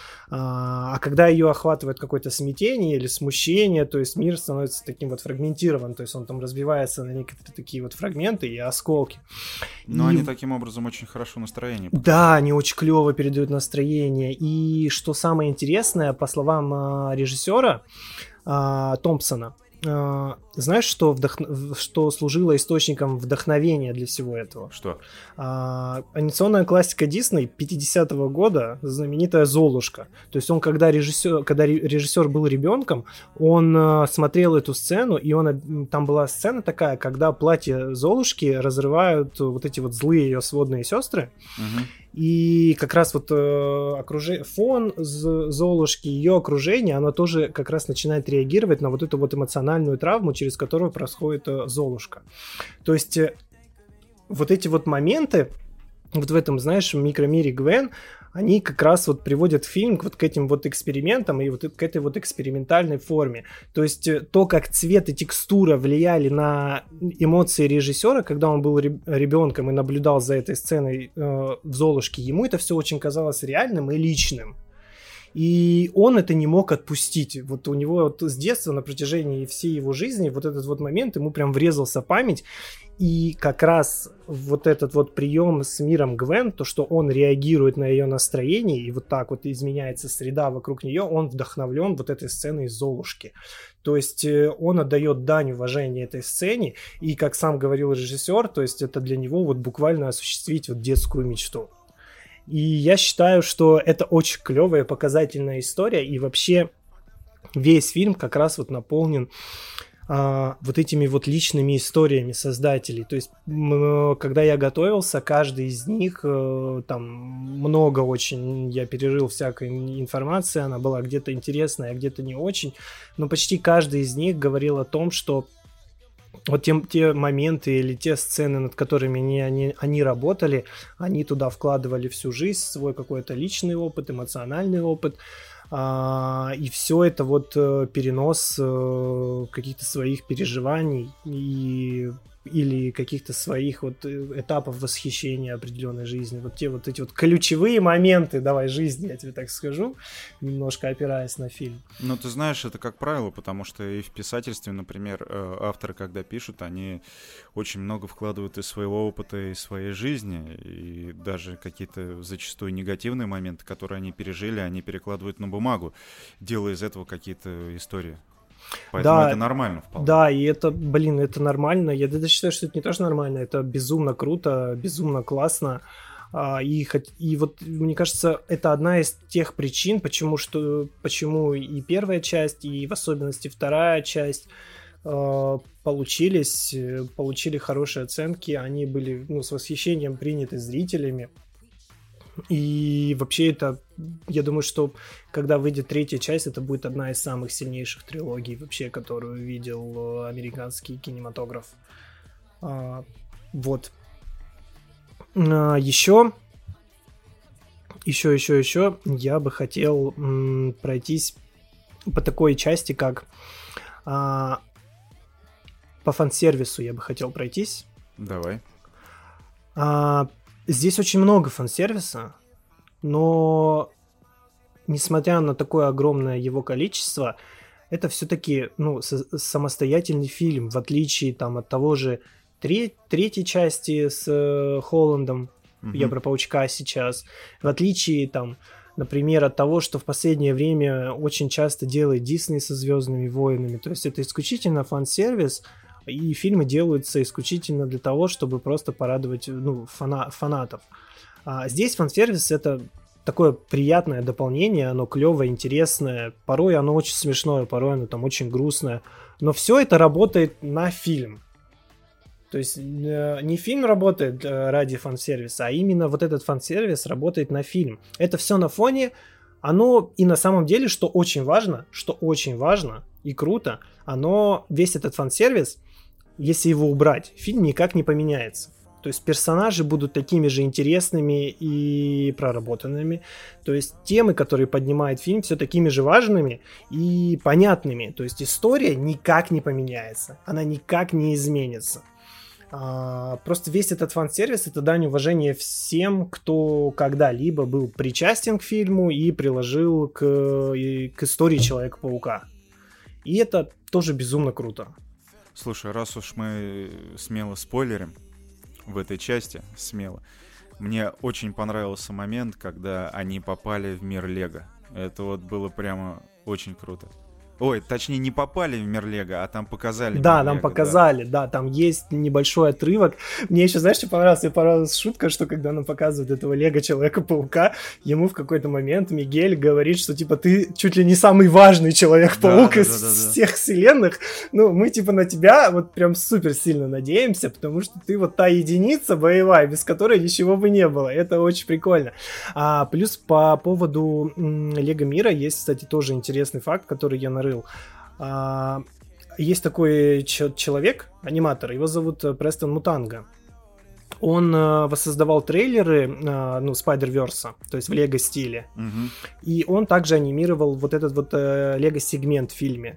А когда ее охватывает какое-то смятение или смущение, то есть мир становится таким вот фрагментирован, то есть он там разбивается на некоторые такие вот фрагменты и осколки. Но они таким образом очень хорошо настроение показывают. Да, они очень клево передают настроение. И что самое интересное, по словам режиссера Томпсона, знаешь, что служило источником вдохновения для всего этого? Что? Анимационная классика Дисней 50-го года, знаменитая «Золушка». То есть он, когда режиссер был ребенком, он смотрел эту сцену, и там была сцена такая, когда платье Золушки разрывают вот эти вот злые ее сводные сестры. Угу. И как раз вот фон Золушки, ее окружение, оно тоже как раз начинает реагировать на вот эту вот эмоциональную травму, через которую происходит Золушка. То есть вот эти вот моменты, вот в этом, знаешь, микромире Гвен, они как раз вот приводят фильм вот к этим вот экспериментам и вот к этой вот экспериментальной форме. То есть то, как цвет и текстура влияли на эмоции режиссера, когда он был ребенком и наблюдал за этой сценой в «Золушке», ему это все очень казалось реальным и личным. И он это не мог отпустить. Вот у него вот с детства на протяжении всей его жизни вот этот вот момент ему прям врезался в память. И как раз вот этот вот прием с миром Гвен, то, что он реагирует на ее настроение, и вот так вот изменяется среда вокруг нее, он вдохновлен вот этой сценой из «Золушки». То есть он отдает дань уважения этой сцене, и, как сам говорил режиссер, то есть это для него вот буквально осуществить вот детскую мечту. И я считаю, что это очень клевая, показательная история, и вообще весь фильм как раз вот наполнен вот этими вот личными историями создателей. То есть, когда я готовился, каждый из них, там много очень, я перерыл всякой информации, она была где-то интересная, а где-то не очень, но почти каждый из них говорил о том, что вот те моменты или те сцены, над которыми они работали, они туда вкладывали всю жизнь, свой какой-то личный опыт, эмоциональный опыт, и все это вот перенос каких-то своих переживаний или каких-то своих вот этапов восхищения определенной жизни. Вот эти вот ключевые моменты, давай, жизни, я тебе так скажу, немножко опираясь на фильм. Ну, ты знаешь, это как правило, потому что и в писательстве, например, авторы, когда пишут, они очень много вкладывают из своего опыта, из своей жизни, и даже какие-то зачастую негативные моменты, которые они пережили, они перекладывают на бумагу, делая из этого какие-то истории. Поэтому да, это нормально вполне. Да, и это, это нормально. Я даже считаю, что это не тоже нормально, это безумно круто, безумно классно. И вот, мне кажется, это одна из тех причин, почему и первая часть, и в особенности вторая часть получили хорошие оценки, они были с восхищением приняты зрителями. И вообще это, я думаю, что когда выйдет третья часть, это будет одна из самых сильнейших трилогий вообще, которую видел американский кинематограф. Вот. Еще я бы хотел пройтись по такой части, как по фан-сервису я бы хотел пройтись. Давай. Здесь очень много фан-сервиса, но несмотря на такое огромное его количество, это все-таки самостоятельный фильм, в отличие там, от того же третьей части с Холландом, я про Паучка сейчас, в отличие там, например, от того, что в последнее время очень часто делает Дисней со «Звездными войнами». То есть это исключительно фан-сервис, и фильмы делаются исключительно для того, чтобы просто порадовать фанатов. А здесь фан-сервис — это такое приятное дополнение, оно клевое, интересное, порой оно очень смешное, порой оно там очень грустное, но все это работает на фильм. То есть не фильм работает ради фан-сервиса, а именно вот этот фан-сервис работает на фильм. Это все на фоне, оно и на самом деле, что очень важно и круто, весь этот фан-сервис, если его убрать, фильм никак не поменяется. То есть персонажи будут такими же интересными и проработанными. То есть темы, которые поднимает фильм, все такими же важными и понятными. То есть история никак не поменяется. Она никак не изменится. Просто весь этот фан-сервис — это дань уважения всем, кто когда-либо был причастен к фильму и приложил к истории Человека-паука. И это тоже безумно круто. Слушай, раз уж мы смело спойлерим в этой части, мне очень понравился момент, когда они попали в мир Лего. Это вот было прямо очень круто. Ой, точнее, не попали в мир Лего, а там показали. Да, нам показали, да, там есть небольшой отрывок. Мне еще, знаешь, что понравилось? Мне понравилась шутка, что когда нам показывают этого Лего Человека-паука, ему в какой-то момент Мигель говорит, что, типа, ты чуть ли не самый важный Человек-паук из всех вселенных. Мы, типа, на тебя вот прям супер сильно надеемся, потому что ты вот та единица боевая, без которой ничего бы не было. Это очень прикольно. Плюс по поводу Лего Мира есть, кстати, тоже интересный факт, который я нарыл. Есть такой человек, аниматор, его зовут Престон Мутанга. Он воссоздавал трейлеры Spider-Verse, то есть в Лего-стиле. И он также анимировал вот этот вот Лего-сегмент в фильме.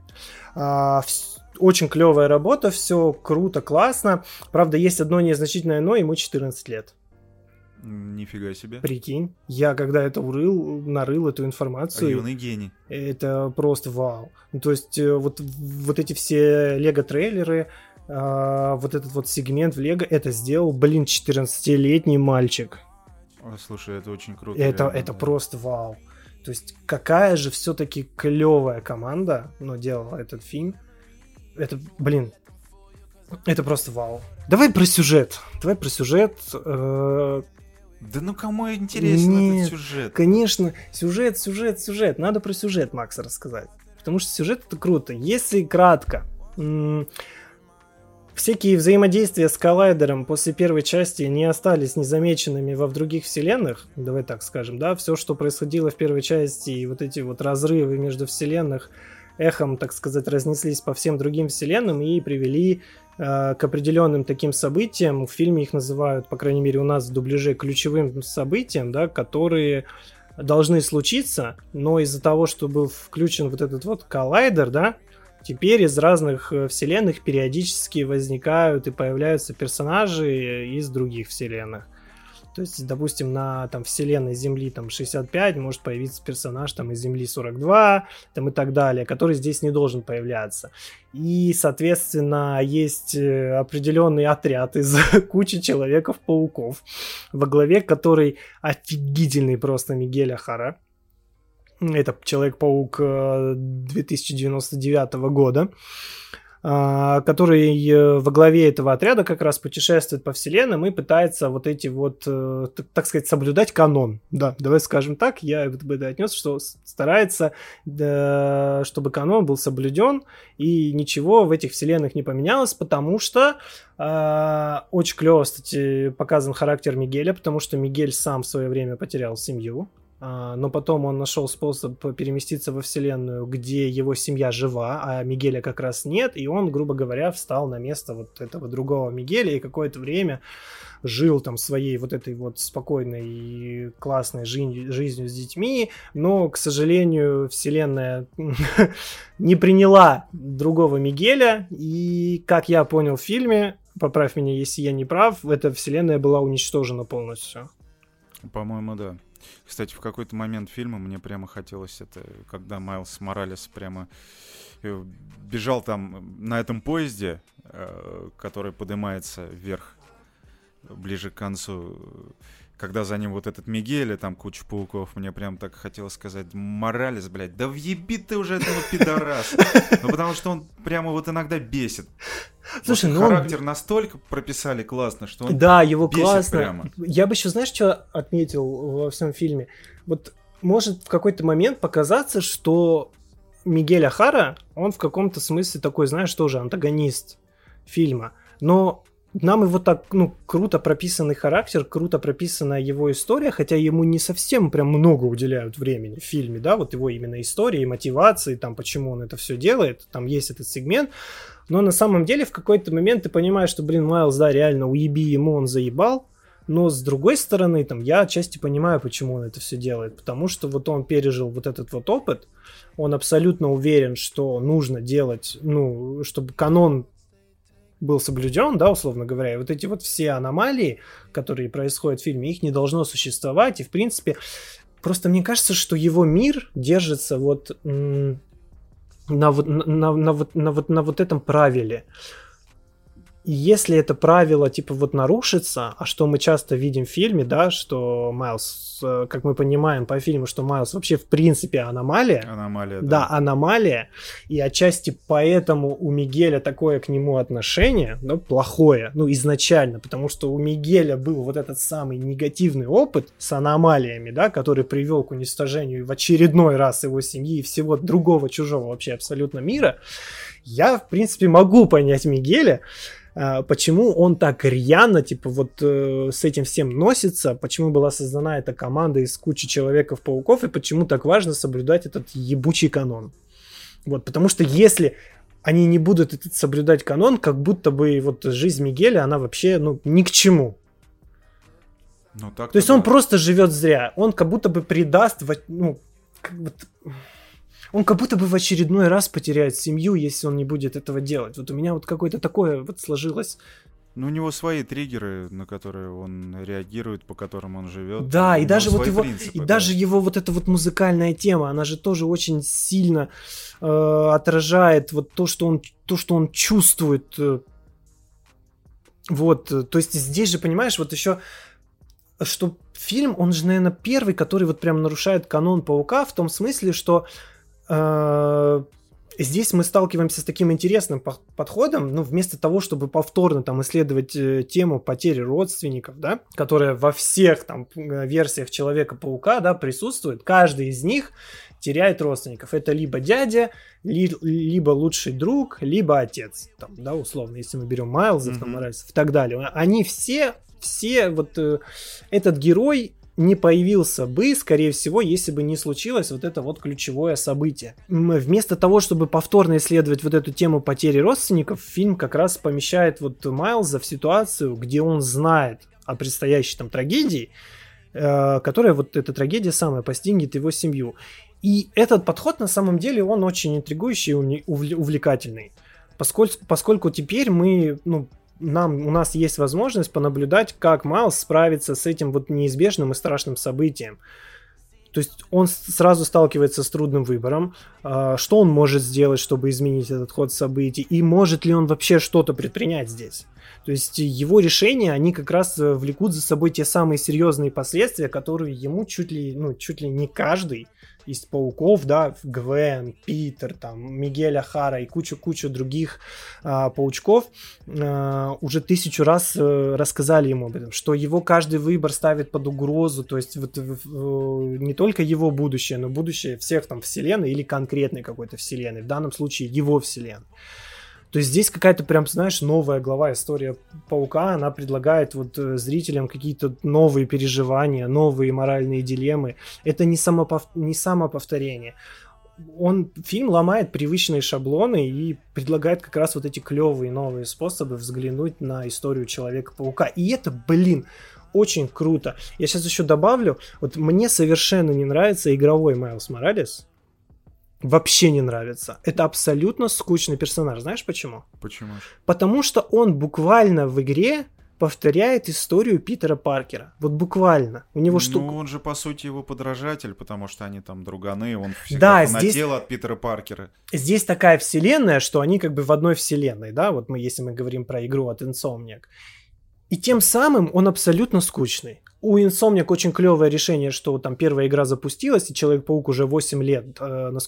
Очень клевая работа, все круто, классно. Правда, есть одно незначительное но, ему 14 лет. Нифига себе. Прикинь, я когда это нарыл эту информацию. Юный гений. Это просто вау. То есть вот эти все Лего-трейлеры, вот этот вот сегмент в Лего, это сделал, 14-летний мальчик. Слушай, это очень круто. Это просто вау. То есть какая же все-таки клевая команда, делала этот фильм. Это просто вау. Давай про сюжет. Да кому интересен этот сюжет? Конечно, сюжет. Надо про сюжет Макса рассказать. Потому что сюжет — это круто. Если кратко, всякие взаимодействия с коллайдером после первой части не остались незамеченными в других вселенных. Давай так скажем, да? Все, что происходило в первой части, и вот эти вот разрывы между вселенных эхом, так сказать, разнеслись по всем другим вселенным и привели к определенным таким событиям. В фильме их называют, по крайней мере у нас в дубляже, ключевым событиям, да, которые должны случиться, но из-за того, что был включен вот этот вот коллайдер, да, теперь из разных вселенных периодически возникают и появляются персонажи из других вселенных. То есть, допустим, на вселенной Земли 65 может появиться персонаж из Земли 42 и так далее, который здесь не должен появляться. И, соответственно, есть определенный отряд из кучи Человеков-пауков, во главе которой офигительный просто Мигель Охара. Это Человек-паук 2099 года, который во главе этого отряда как раз путешествует по вселенным и пытается вот эти вот, так сказать, соблюдать канон. Да, давай скажем так, я бы это отнес, что старается, чтобы канон был соблюден и ничего в этих вселенных не поменялось, потому что очень клево, кстати, показан характер Мигеля, потому что Мигель сам в свое время потерял семью. но потом он нашел способ переместиться во вселенную, где его семья жива, а Мигеля как раз нет, и он, грубо говоря, встал на место вот этого другого Мигеля и какое-то время жил там своей вот этой вот спокойной и классной жизнью с детьми, но, к сожалению, вселенная не приняла другого Мигеля, и, как я понял в фильме, поправь меня, если я не прав, эта вселенная была уничтожена полностью. По-моему, да. Кстати, в какой-то момент фильма мне прямо хотелось это, когда Майлз Моралес прямо бежал там на этом поезде, который поднимается вверх, ближе к концу, когда за ним вот этот Мигель и там куча пауков, мне прям так хотелось сказать: Моралес, блядь, да въеби ты уже этого пидораса. Ну, потому что он прямо вот иногда бесит. Слушай, вот характер настолько прописали классно, что он да, его бесит классно. Прямо. Я бы еще, знаешь, что отметил во всем фильме? Вот может в какой-то момент показаться, что Мигель Охара, он в каком-то смысле такой, знаешь, тоже антагонист фильма. Но нам его так, круто прописанный характер, круто прописана его история, хотя ему не совсем прям много уделяют времени в фильме, да, вот его именно истории, мотивации, там, почему он это все делает, там есть этот сегмент, но на самом деле в какой-то момент ты понимаешь, что, Майлз, да, реально, уеби ему, он заебал, но с другой стороны, там, я отчасти понимаю, почему он это все делает, потому что вот он пережил вот этот вот опыт, он абсолютно уверен, что нужно делать, чтобы канон был соблюден, да, условно говоря, и вот эти вот все аномалии, которые происходят в фильме, их не должно существовать, и, в принципе, просто мне кажется, что его мир держится вот на вот этом правиле. И если это правило, типа, вот нарушится, а что мы часто видим в фильме, да, что Майлз, как мы понимаем по фильму, что Майлз вообще в принципе аномалия. Аномалия, да. Да, аномалия. И отчасти поэтому у Мигеля такое к нему отношение, плохое, изначально, потому что у Мигеля был вот этот самый негативный опыт с аномалиями, да, который привел к уничтожению в очередной раз его семьи и всего другого чужого вообще абсолютно мира. Я, в принципе, могу понять Мигеля, почему он так рьяно, типа, вот с этим всем носится, почему была создана эта команда из кучи Человеков-пауков, и почему так важно соблюдать этот ебучий канон. Вот, потому что если они не будут соблюдать канон, как будто бы вот жизнь Мигеля, она вообще, ни к чему. То есть он просто живет зря, он как будто бы предаст, он как будто бы в очередной раз потеряет семью, если он не будет этого делать. Вот у меня вот какое-то такое вот сложилось. У него свои триггеры, на которые он реагирует, по которым он живет. Да, и даже вот его, принципы, даже его вот эта вот музыкальная тема, она же тоже очень сильно отражает вот то, что он чувствует. Вот, то есть здесь же, понимаешь, вот еще, что фильм, он же, наверное, первый, который вот прям нарушает канон Паука в том смысле, что здесь мы сталкиваемся с таким интересным подходом, вместо того, чтобы повторно там исследовать тему потери родственников, да, которая во всех там версиях Человека-паука, да, присутствует, каждый из них теряет родственников. Это либо дядя, либо лучший друг, либо отец, там, да, условно, если мы берем Майлзов, там, Моралесов и так далее. Они все вот этот герой не появился бы, скорее всего, если бы не случилось вот это вот ключевое событие. Вместо того, чтобы повторно исследовать вот эту тему потери родственников, фильм как раз помещает вот Майлза в ситуацию, где он знает о предстоящей там трагедии, которая вот эта трагедия самая постигнет его семью. И этот подход на самом деле он очень интригующий и увлекательный, поскольку теперь у нас есть возможность понаблюдать, как Майлз справится с этим вот неизбежным и страшным событием. То есть он сразу сталкивается с трудным выбором, что он может сделать, чтобы изменить этот ход событий, и может ли он вообще что-то предпринять здесь. То есть его решения, они как раз влекут за собой те самые серьезные последствия, которые ему чуть ли не каждый из пауков, да, Гвен, Питер, там, Мигель Охара и куча других паучков уже 1000 раз рассказали ему об этом, что его каждый выбор ставит под угрозу, то есть вот, не только его будущее, но будущее всех там вселенной или конкретной какой-то вселенной, в данном случае его вселенной. То есть здесь какая-то прям, знаешь, новая глава история Паука, она предлагает вот зрителям какие-то новые переживания, новые моральные дилеммы. Это не самоповторение. Фильм ломает привычные шаблоны и предлагает как раз вот эти клевые новые способы взглянуть на историю Человека-паука. И это, очень круто. Я сейчас еще добавлю, вот мне совершенно не нравится игровой Майлз Моралес. Вообще не нравится. Это абсолютно скучный персонаж. Знаешь почему? Почему? Потому что он буквально в игре повторяет историю Питера Паркера. Вот буквально. У него он же, по сути, его подражатель, потому что они там друганы, он всегда фанател от Питера Паркера. Здесь такая вселенная, что они как бы в одной вселенной, да, вот если мы говорим про игру от Insomniac. И тем самым он абсолютно скучный. У Insomniac очень клевое решение, что там первая игра запустилась, и Человек-паук уже 8 лет,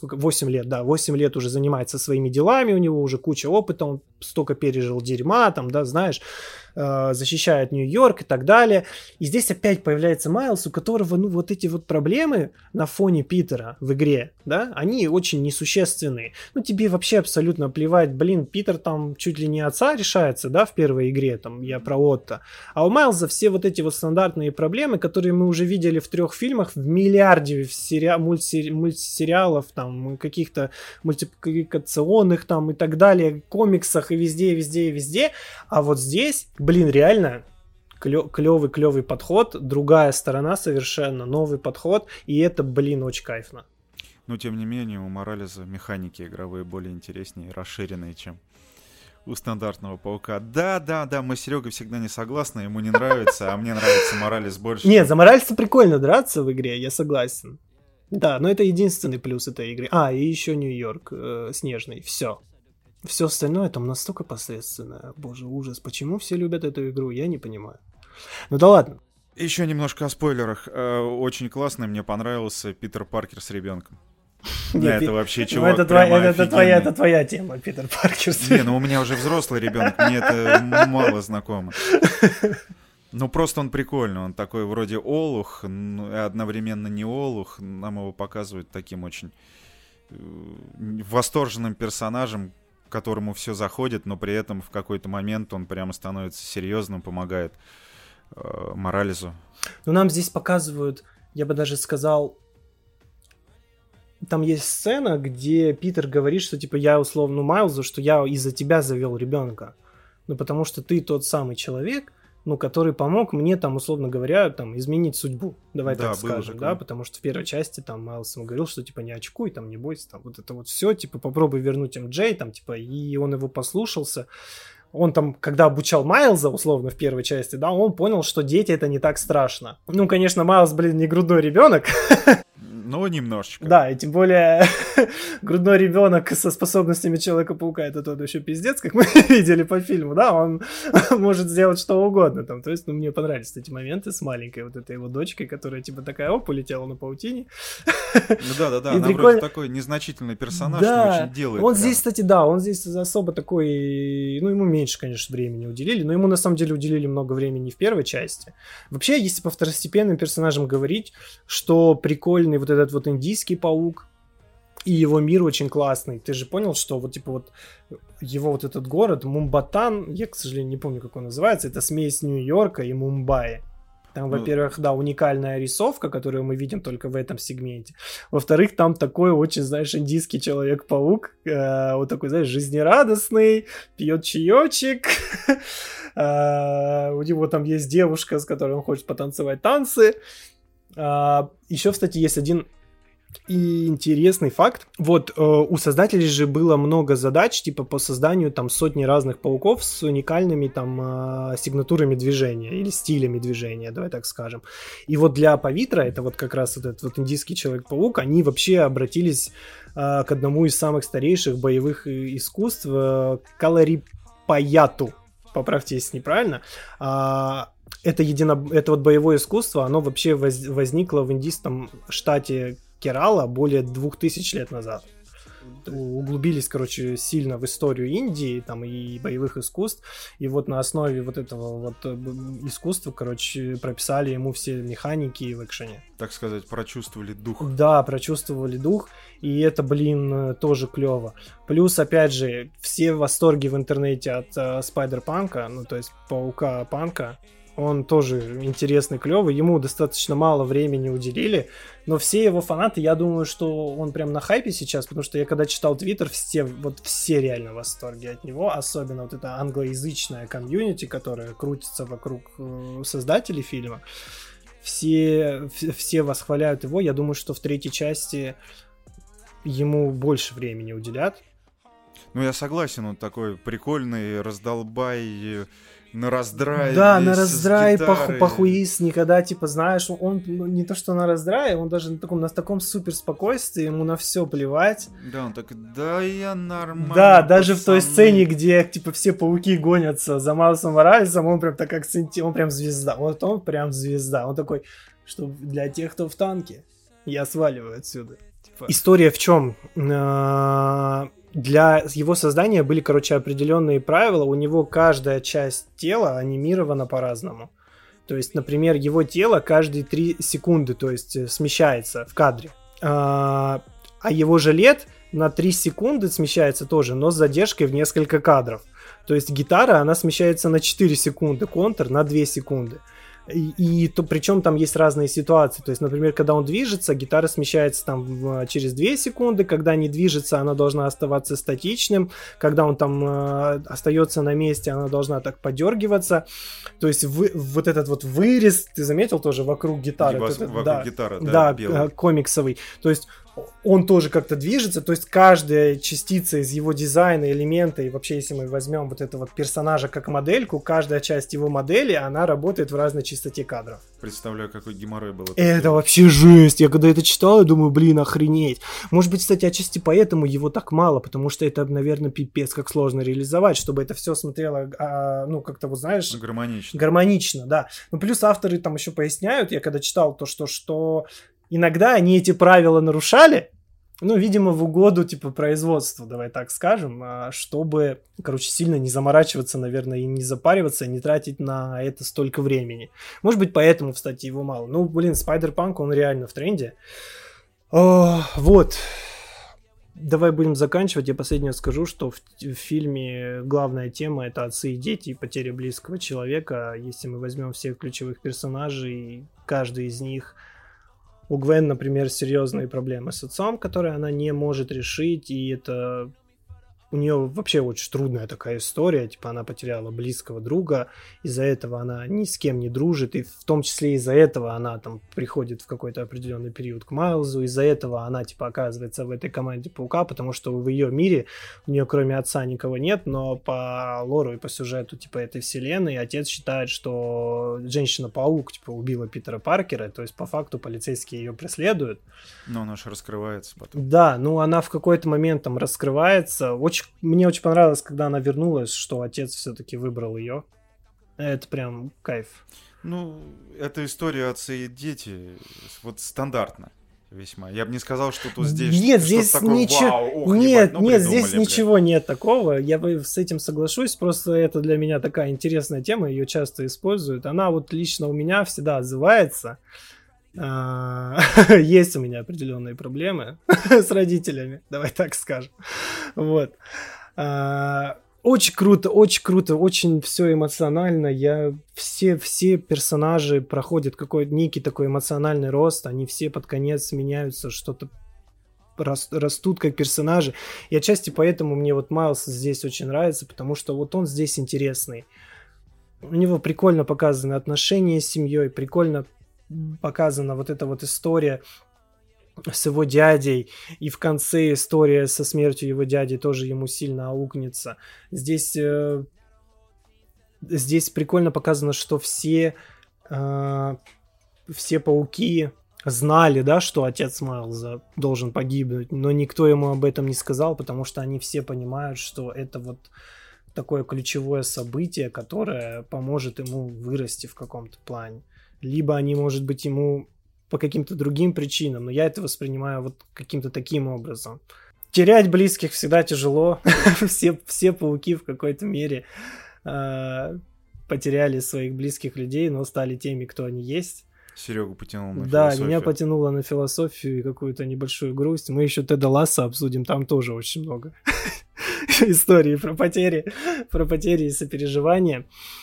8 лет уже занимается своими делами, у него уже куча опыта, он столько пережил дерьма, там, да, знаешь, защищает Нью-Йорк и так далее. И здесь опять появляется Майлз, у которого, вот эти вот проблемы на фоне Питера в игре, да, они очень несущественные. Тебе вообще абсолютно плевать, Питер там чуть ли не отца решается, да, в первой игре, там, я про Отто. А у Майлза все вот эти вот стандартные проблемы, которые мы уже видели в 3 фильмах, в миллиарде мультсериалов, там, каких-то мультипликационных там и так далее, комиксах и везде. А вот здесь, реально клевый подход, другая сторона совершенно, новый подход, и это, очень кайфно. Но, тем не менее, у Моралеса механики игровые более интереснее и расширенные, чем у стандартного Паука. Да, мы с Серегой всегда не согласны, ему не нравится, а мне нравится Моралес больше. Нет, за Моралеса прикольно драться в игре, я согласен. Да, но это единственный плюс этой игры. И еще Нью-Йорк снежный, все. Все остальное там настолько посредственное. Боже, ужас. Почему все любят эту игру, я не понимаю. Ну да ладно. Еще немножко о спойлерах. Очень классно, мне понравился Питер Паркер с ребенком. Это вообще чувак это твоя тема, Питер Паркер. У меня уже взрослый ребенок, мне это мало знакомо. Просто он прикольный, он такой вроде олух, одновременно не олух. Нам его показывают таким очень восторженным персонажем, которому все заходит, но при этом в какой-то момент он прямо становится серьезным, помогает Моралесу. Нам здесь показывают, я бы даже сказал, там есть сцена, где Питер говорит, что типа я условно Майлзу, что я из-за тебя завел ребенка. Потому что ты тот самый человек, который помог мне, там, условно говоря, там, изменить судьбу. Давай так скажем, да, потому что в первой части там Майлз ему говорил, что типа не очкуй, там, не бойся, там, вот это вот все, типа попробуй вернуть МД, там, типа, и он его послушался. Он там, когда обучал Майлза, условно, в первой части, да, он понял, что дети это не так страшно. Конечно, Майлз, не грудной ребенок. Немножечко. Да, и тем более грудной ребенок со способностями Человека-паука, это тот еще пиздец, как мы видели по фильму, да, он может сделать что угодно там. То есть, мне понравились эти моменты с маленькой вот этой его дочкой, которая типа такая, улетела на паутине. Да, она вроде такой незначительный персонаж, но очень делает. Он здесь, кстати, он здесь особо такой, ему меньше, конечно, времени уделили, но ему на самом деле уделили много времени в первой части. Вообще, если по второстепенным персонажам говорить, что прикольный вот этот вот индийский паук, и его мир очень классный. Ты же понял, что его вот этот город Мумбатан, я, к сожалению, не помню, как он называется, это смесь Нью-Йорка и Мумбаи. Там, во-первых, уникальная рисовка, которую мы видим только в этом сегменте. Во-вторых, там такой очень, индийский Человек-паук, вот такой, жизнерадостный, пьет чаечек. У него там есть девушка, с которой он хочет потанцевать танцы. Еще, кстати, есть один интересный факт. У создателей же было много задач, типа по созданию там сотни разных пауков с уникальными там сигнатурами движения или стилями движения, давай так скажем. И для Павитра, это как раз этот индийский Человек-паук, они вообще обратились к одному из самых старейших боевых искусств, Каларипаяту. Поправьте, если неправильно. Это боевое искусство, оно вообще возникло в индийском штате Керала более 2000 лет назад. углубились, короче, сильно в историю Индии, там, и боевых искусств, и вот на основе вот этого вот искусства, короче, прописали ему все механики в экшене. Так сказать, прочувствовали дух. Да, прочувствовали дух, и это, блин, тоже клево. Плюс, опять же, все восторги в интернете от Спайдер-Панка, ну, то есть Паука-Панка, он тоже интересный, клевый, ему достаточно мало времени уделили, но все его фанаты, я думаю, что он прям на хайпе сейчас, потому что я когда читал Твиттер, все реально в восторге от него, особенно вот эта англоязычная комьюнити, которая крутится вокруг создателей фильма, все восхваляют его, я думаю, что в третьей части ему больше времени уделят. Ну, я согласен, он такой прикольный, раздолбай, на раздрай. Да, на раздрай, похуист, никогда, типа, знаешь, он не то что на раздрай, он даже на таком супер спокойствии, ему на все плевать. Да, он так, да, я нормально. Да, даже в той сцене, где, типа, все пауки гонятся за Майлсом Моралесом, он прям так он прям звезда, вот он прям звезда, он такой, что для тех, кто в танке, я сваливаю отсюда. Типа. История в чем? Для его создания были, короче, определенные правила. У него каждая часть тела анимирована по-разному. То есть, например, его тело каждые 3 секунды, то есть, смещается в кадре. А его жилет на 3 секунды смещается тоже, но с задержкой в несколько кадров. То есть, гитара, она смещается на 4 секунды, контр на 2 секунды. И причем там есть разные ситуации. То есть, например, когда он движется, гитара смещается там через 2 секунды. Когда не движется, она должна оставаться статичным. Когда он там остается на месте, она должна так подергиваться. То есть вот этот вот вырез, ты заметил тоже вокруг гитары? Вокруг гитары, да, комиксовый. То есть он тоже как-то движется, то есть каждая частица из его дизайна, элемента, и вообще, если мы возьмем вот этого вот персонажа как модельку, каждая часть его модели, она работает в разной частоте кадров. Представляю, какой геморрой был. Это вообще жесть! Я когда это читал, я думаю, блин, охренеть. Может быть, кстати, отчасти поэтому его так мало, потому что это, наверное, пипец как сложно реализовать, чтобы это все смотрело, ну, как-то, вот знаешь... Гармонично, да. Ну, плюс авторы там еще поясняют, я когда читал то, что иногда они эти правила нарушали, ну, видимо, в угоду, типа, производству, давай так скажем, чтобы, короче, сильно не заморачиваться, наверное, и не запариваться, и не тратить на это столько времени. Может быть, поэтому, кстати, его мало. Ну, блин, Спайдер-Панк, он реально в тренде. Вот. Давай будем заканчивать. Я последнее скажу, что в фильме главная тема — это отцы и дети, и потеря близкого человека. Если мы возьмем всех ключевых персонажей, каждый из них... У Гвен, например, серьезные проблемы с отцом, которые она не может решить, и это... У нее вообще очень трудная такая история, типа она потеряла близкого друга, из-за этого она ни с кем не дружит, и в том числе из-за этого она там приходит в какой-то определенный период к Майлзу, из-за этого она типа оказывается в этой команде Паука, потому что в ее мире у нее кроме отца никого нет, но по лору и по сюжету типа этой вселенной отец считает, что женщина-паук типа убила Питера Паркера, то есть по факту полицейские ее преследуют. Но она же раскрывается потом. Да, ну она в какой-то момент там раскрывается. Мне очень понравилось, когда она вернулась, что отец все-таки выбрал ее. Это прям кайф. Ну, это история отца и дети. Вот стандартно весьма. Я бы не сказал, что тут здесь нет, здесь такое, ничего. Вау, нет, здесь ничего нет такого. Я бы с этим соглашусь. Просто это для меня такая интересная тема. Ее часто используют. Она вот лично у меня всегда отзывается. Есть у меня определенные проблемы с родителями, давай так скажем. Вот. Очень круто, очень все эмоционально. Все персонажи проходят какой-то некий такой эмоциональный рост, они все под конец меняются, что-то растут как персонажи. И отчасти поэтому мне вот Майлз здесь очень нравится, потому что вот он здесь интересный. У него прикольно показаны отношения с семьей, прикольно показана вот эта вот история с его дядей, и в конце история со смертью его дяди тоже ему сильно аукнется. Здесь прикольно показано, что все пауки знали, да, что отец Майлза должен погибнуть, но никто ему об этом не сказал, потому что они все понимают, что это вот такое ключевое событие, которое поможет ему вырасти в каком-то плане. Либо они, может быть, ему по каким-то другим причинам, но я это воспринимаю вот каким-то таким образом. терять близких всегда тяжело. Все пауки в какой-то мере потеряли своих близких людей, но стали теми, кто они есть. Серегу потянул на философию. Да, меня потянуло на философию и какую-то небольшую грусть. Мы еще Теда Ласса обсудим, там тоже очень много истории про потери и сопереживания.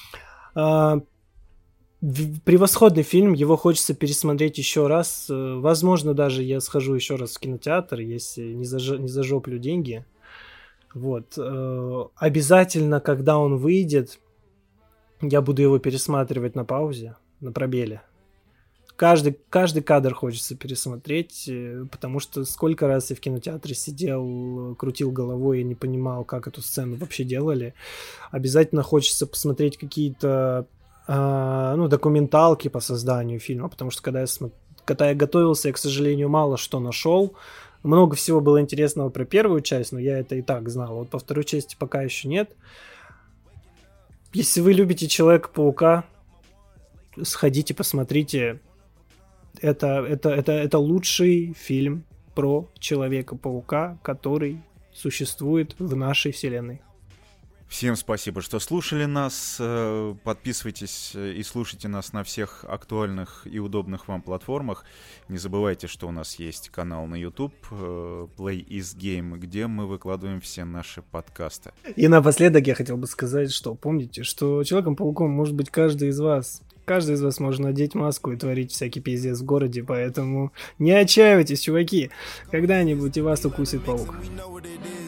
Превосходный фильм, его хочется пересмотреть еще раз. Возможно, даже я схожу еще раз в кинотеатр, если не зажоплю деньги. Вот. Обязательно, когда он выйдет, я буду его пересматривать на паузе, на пробеле. Каждый кадр хочется пересмотреть, потому что сколько раз я в кинотеатре сидел, крутил головой и не понимал, как эту сцену вообще делали. Обязательно хочется посмотреть какие-то документалки по созданию фильма, потому что когда я готовился, я, к сожалению, мало что нашел. Много всего было интересного про первую часть, но я это и так знал. Вот по второй части пока еще нет. Если вы любите Человека-паука, сходите, посмотрите. Это лучший фильм про Человека-паука, который существует в нашей вселенной. Всем спасибо, что слушали нас. Подписывайтесь и слушайте нас на всех актуальных и удобных вам платформах. Не забывайте, что у нас есть канал на YouTube Play is Game, где мы выкладываем все наши подкасты. И напоследок я хотел бы сказать, что помните, что Человеком-пауком может быть каждый из вас. Каждый из вас может надеть маску и творить всякий пиздец в городе, поэтому не отчаивайтесь, чуваки. Когда-нибудь и вас укусит паук.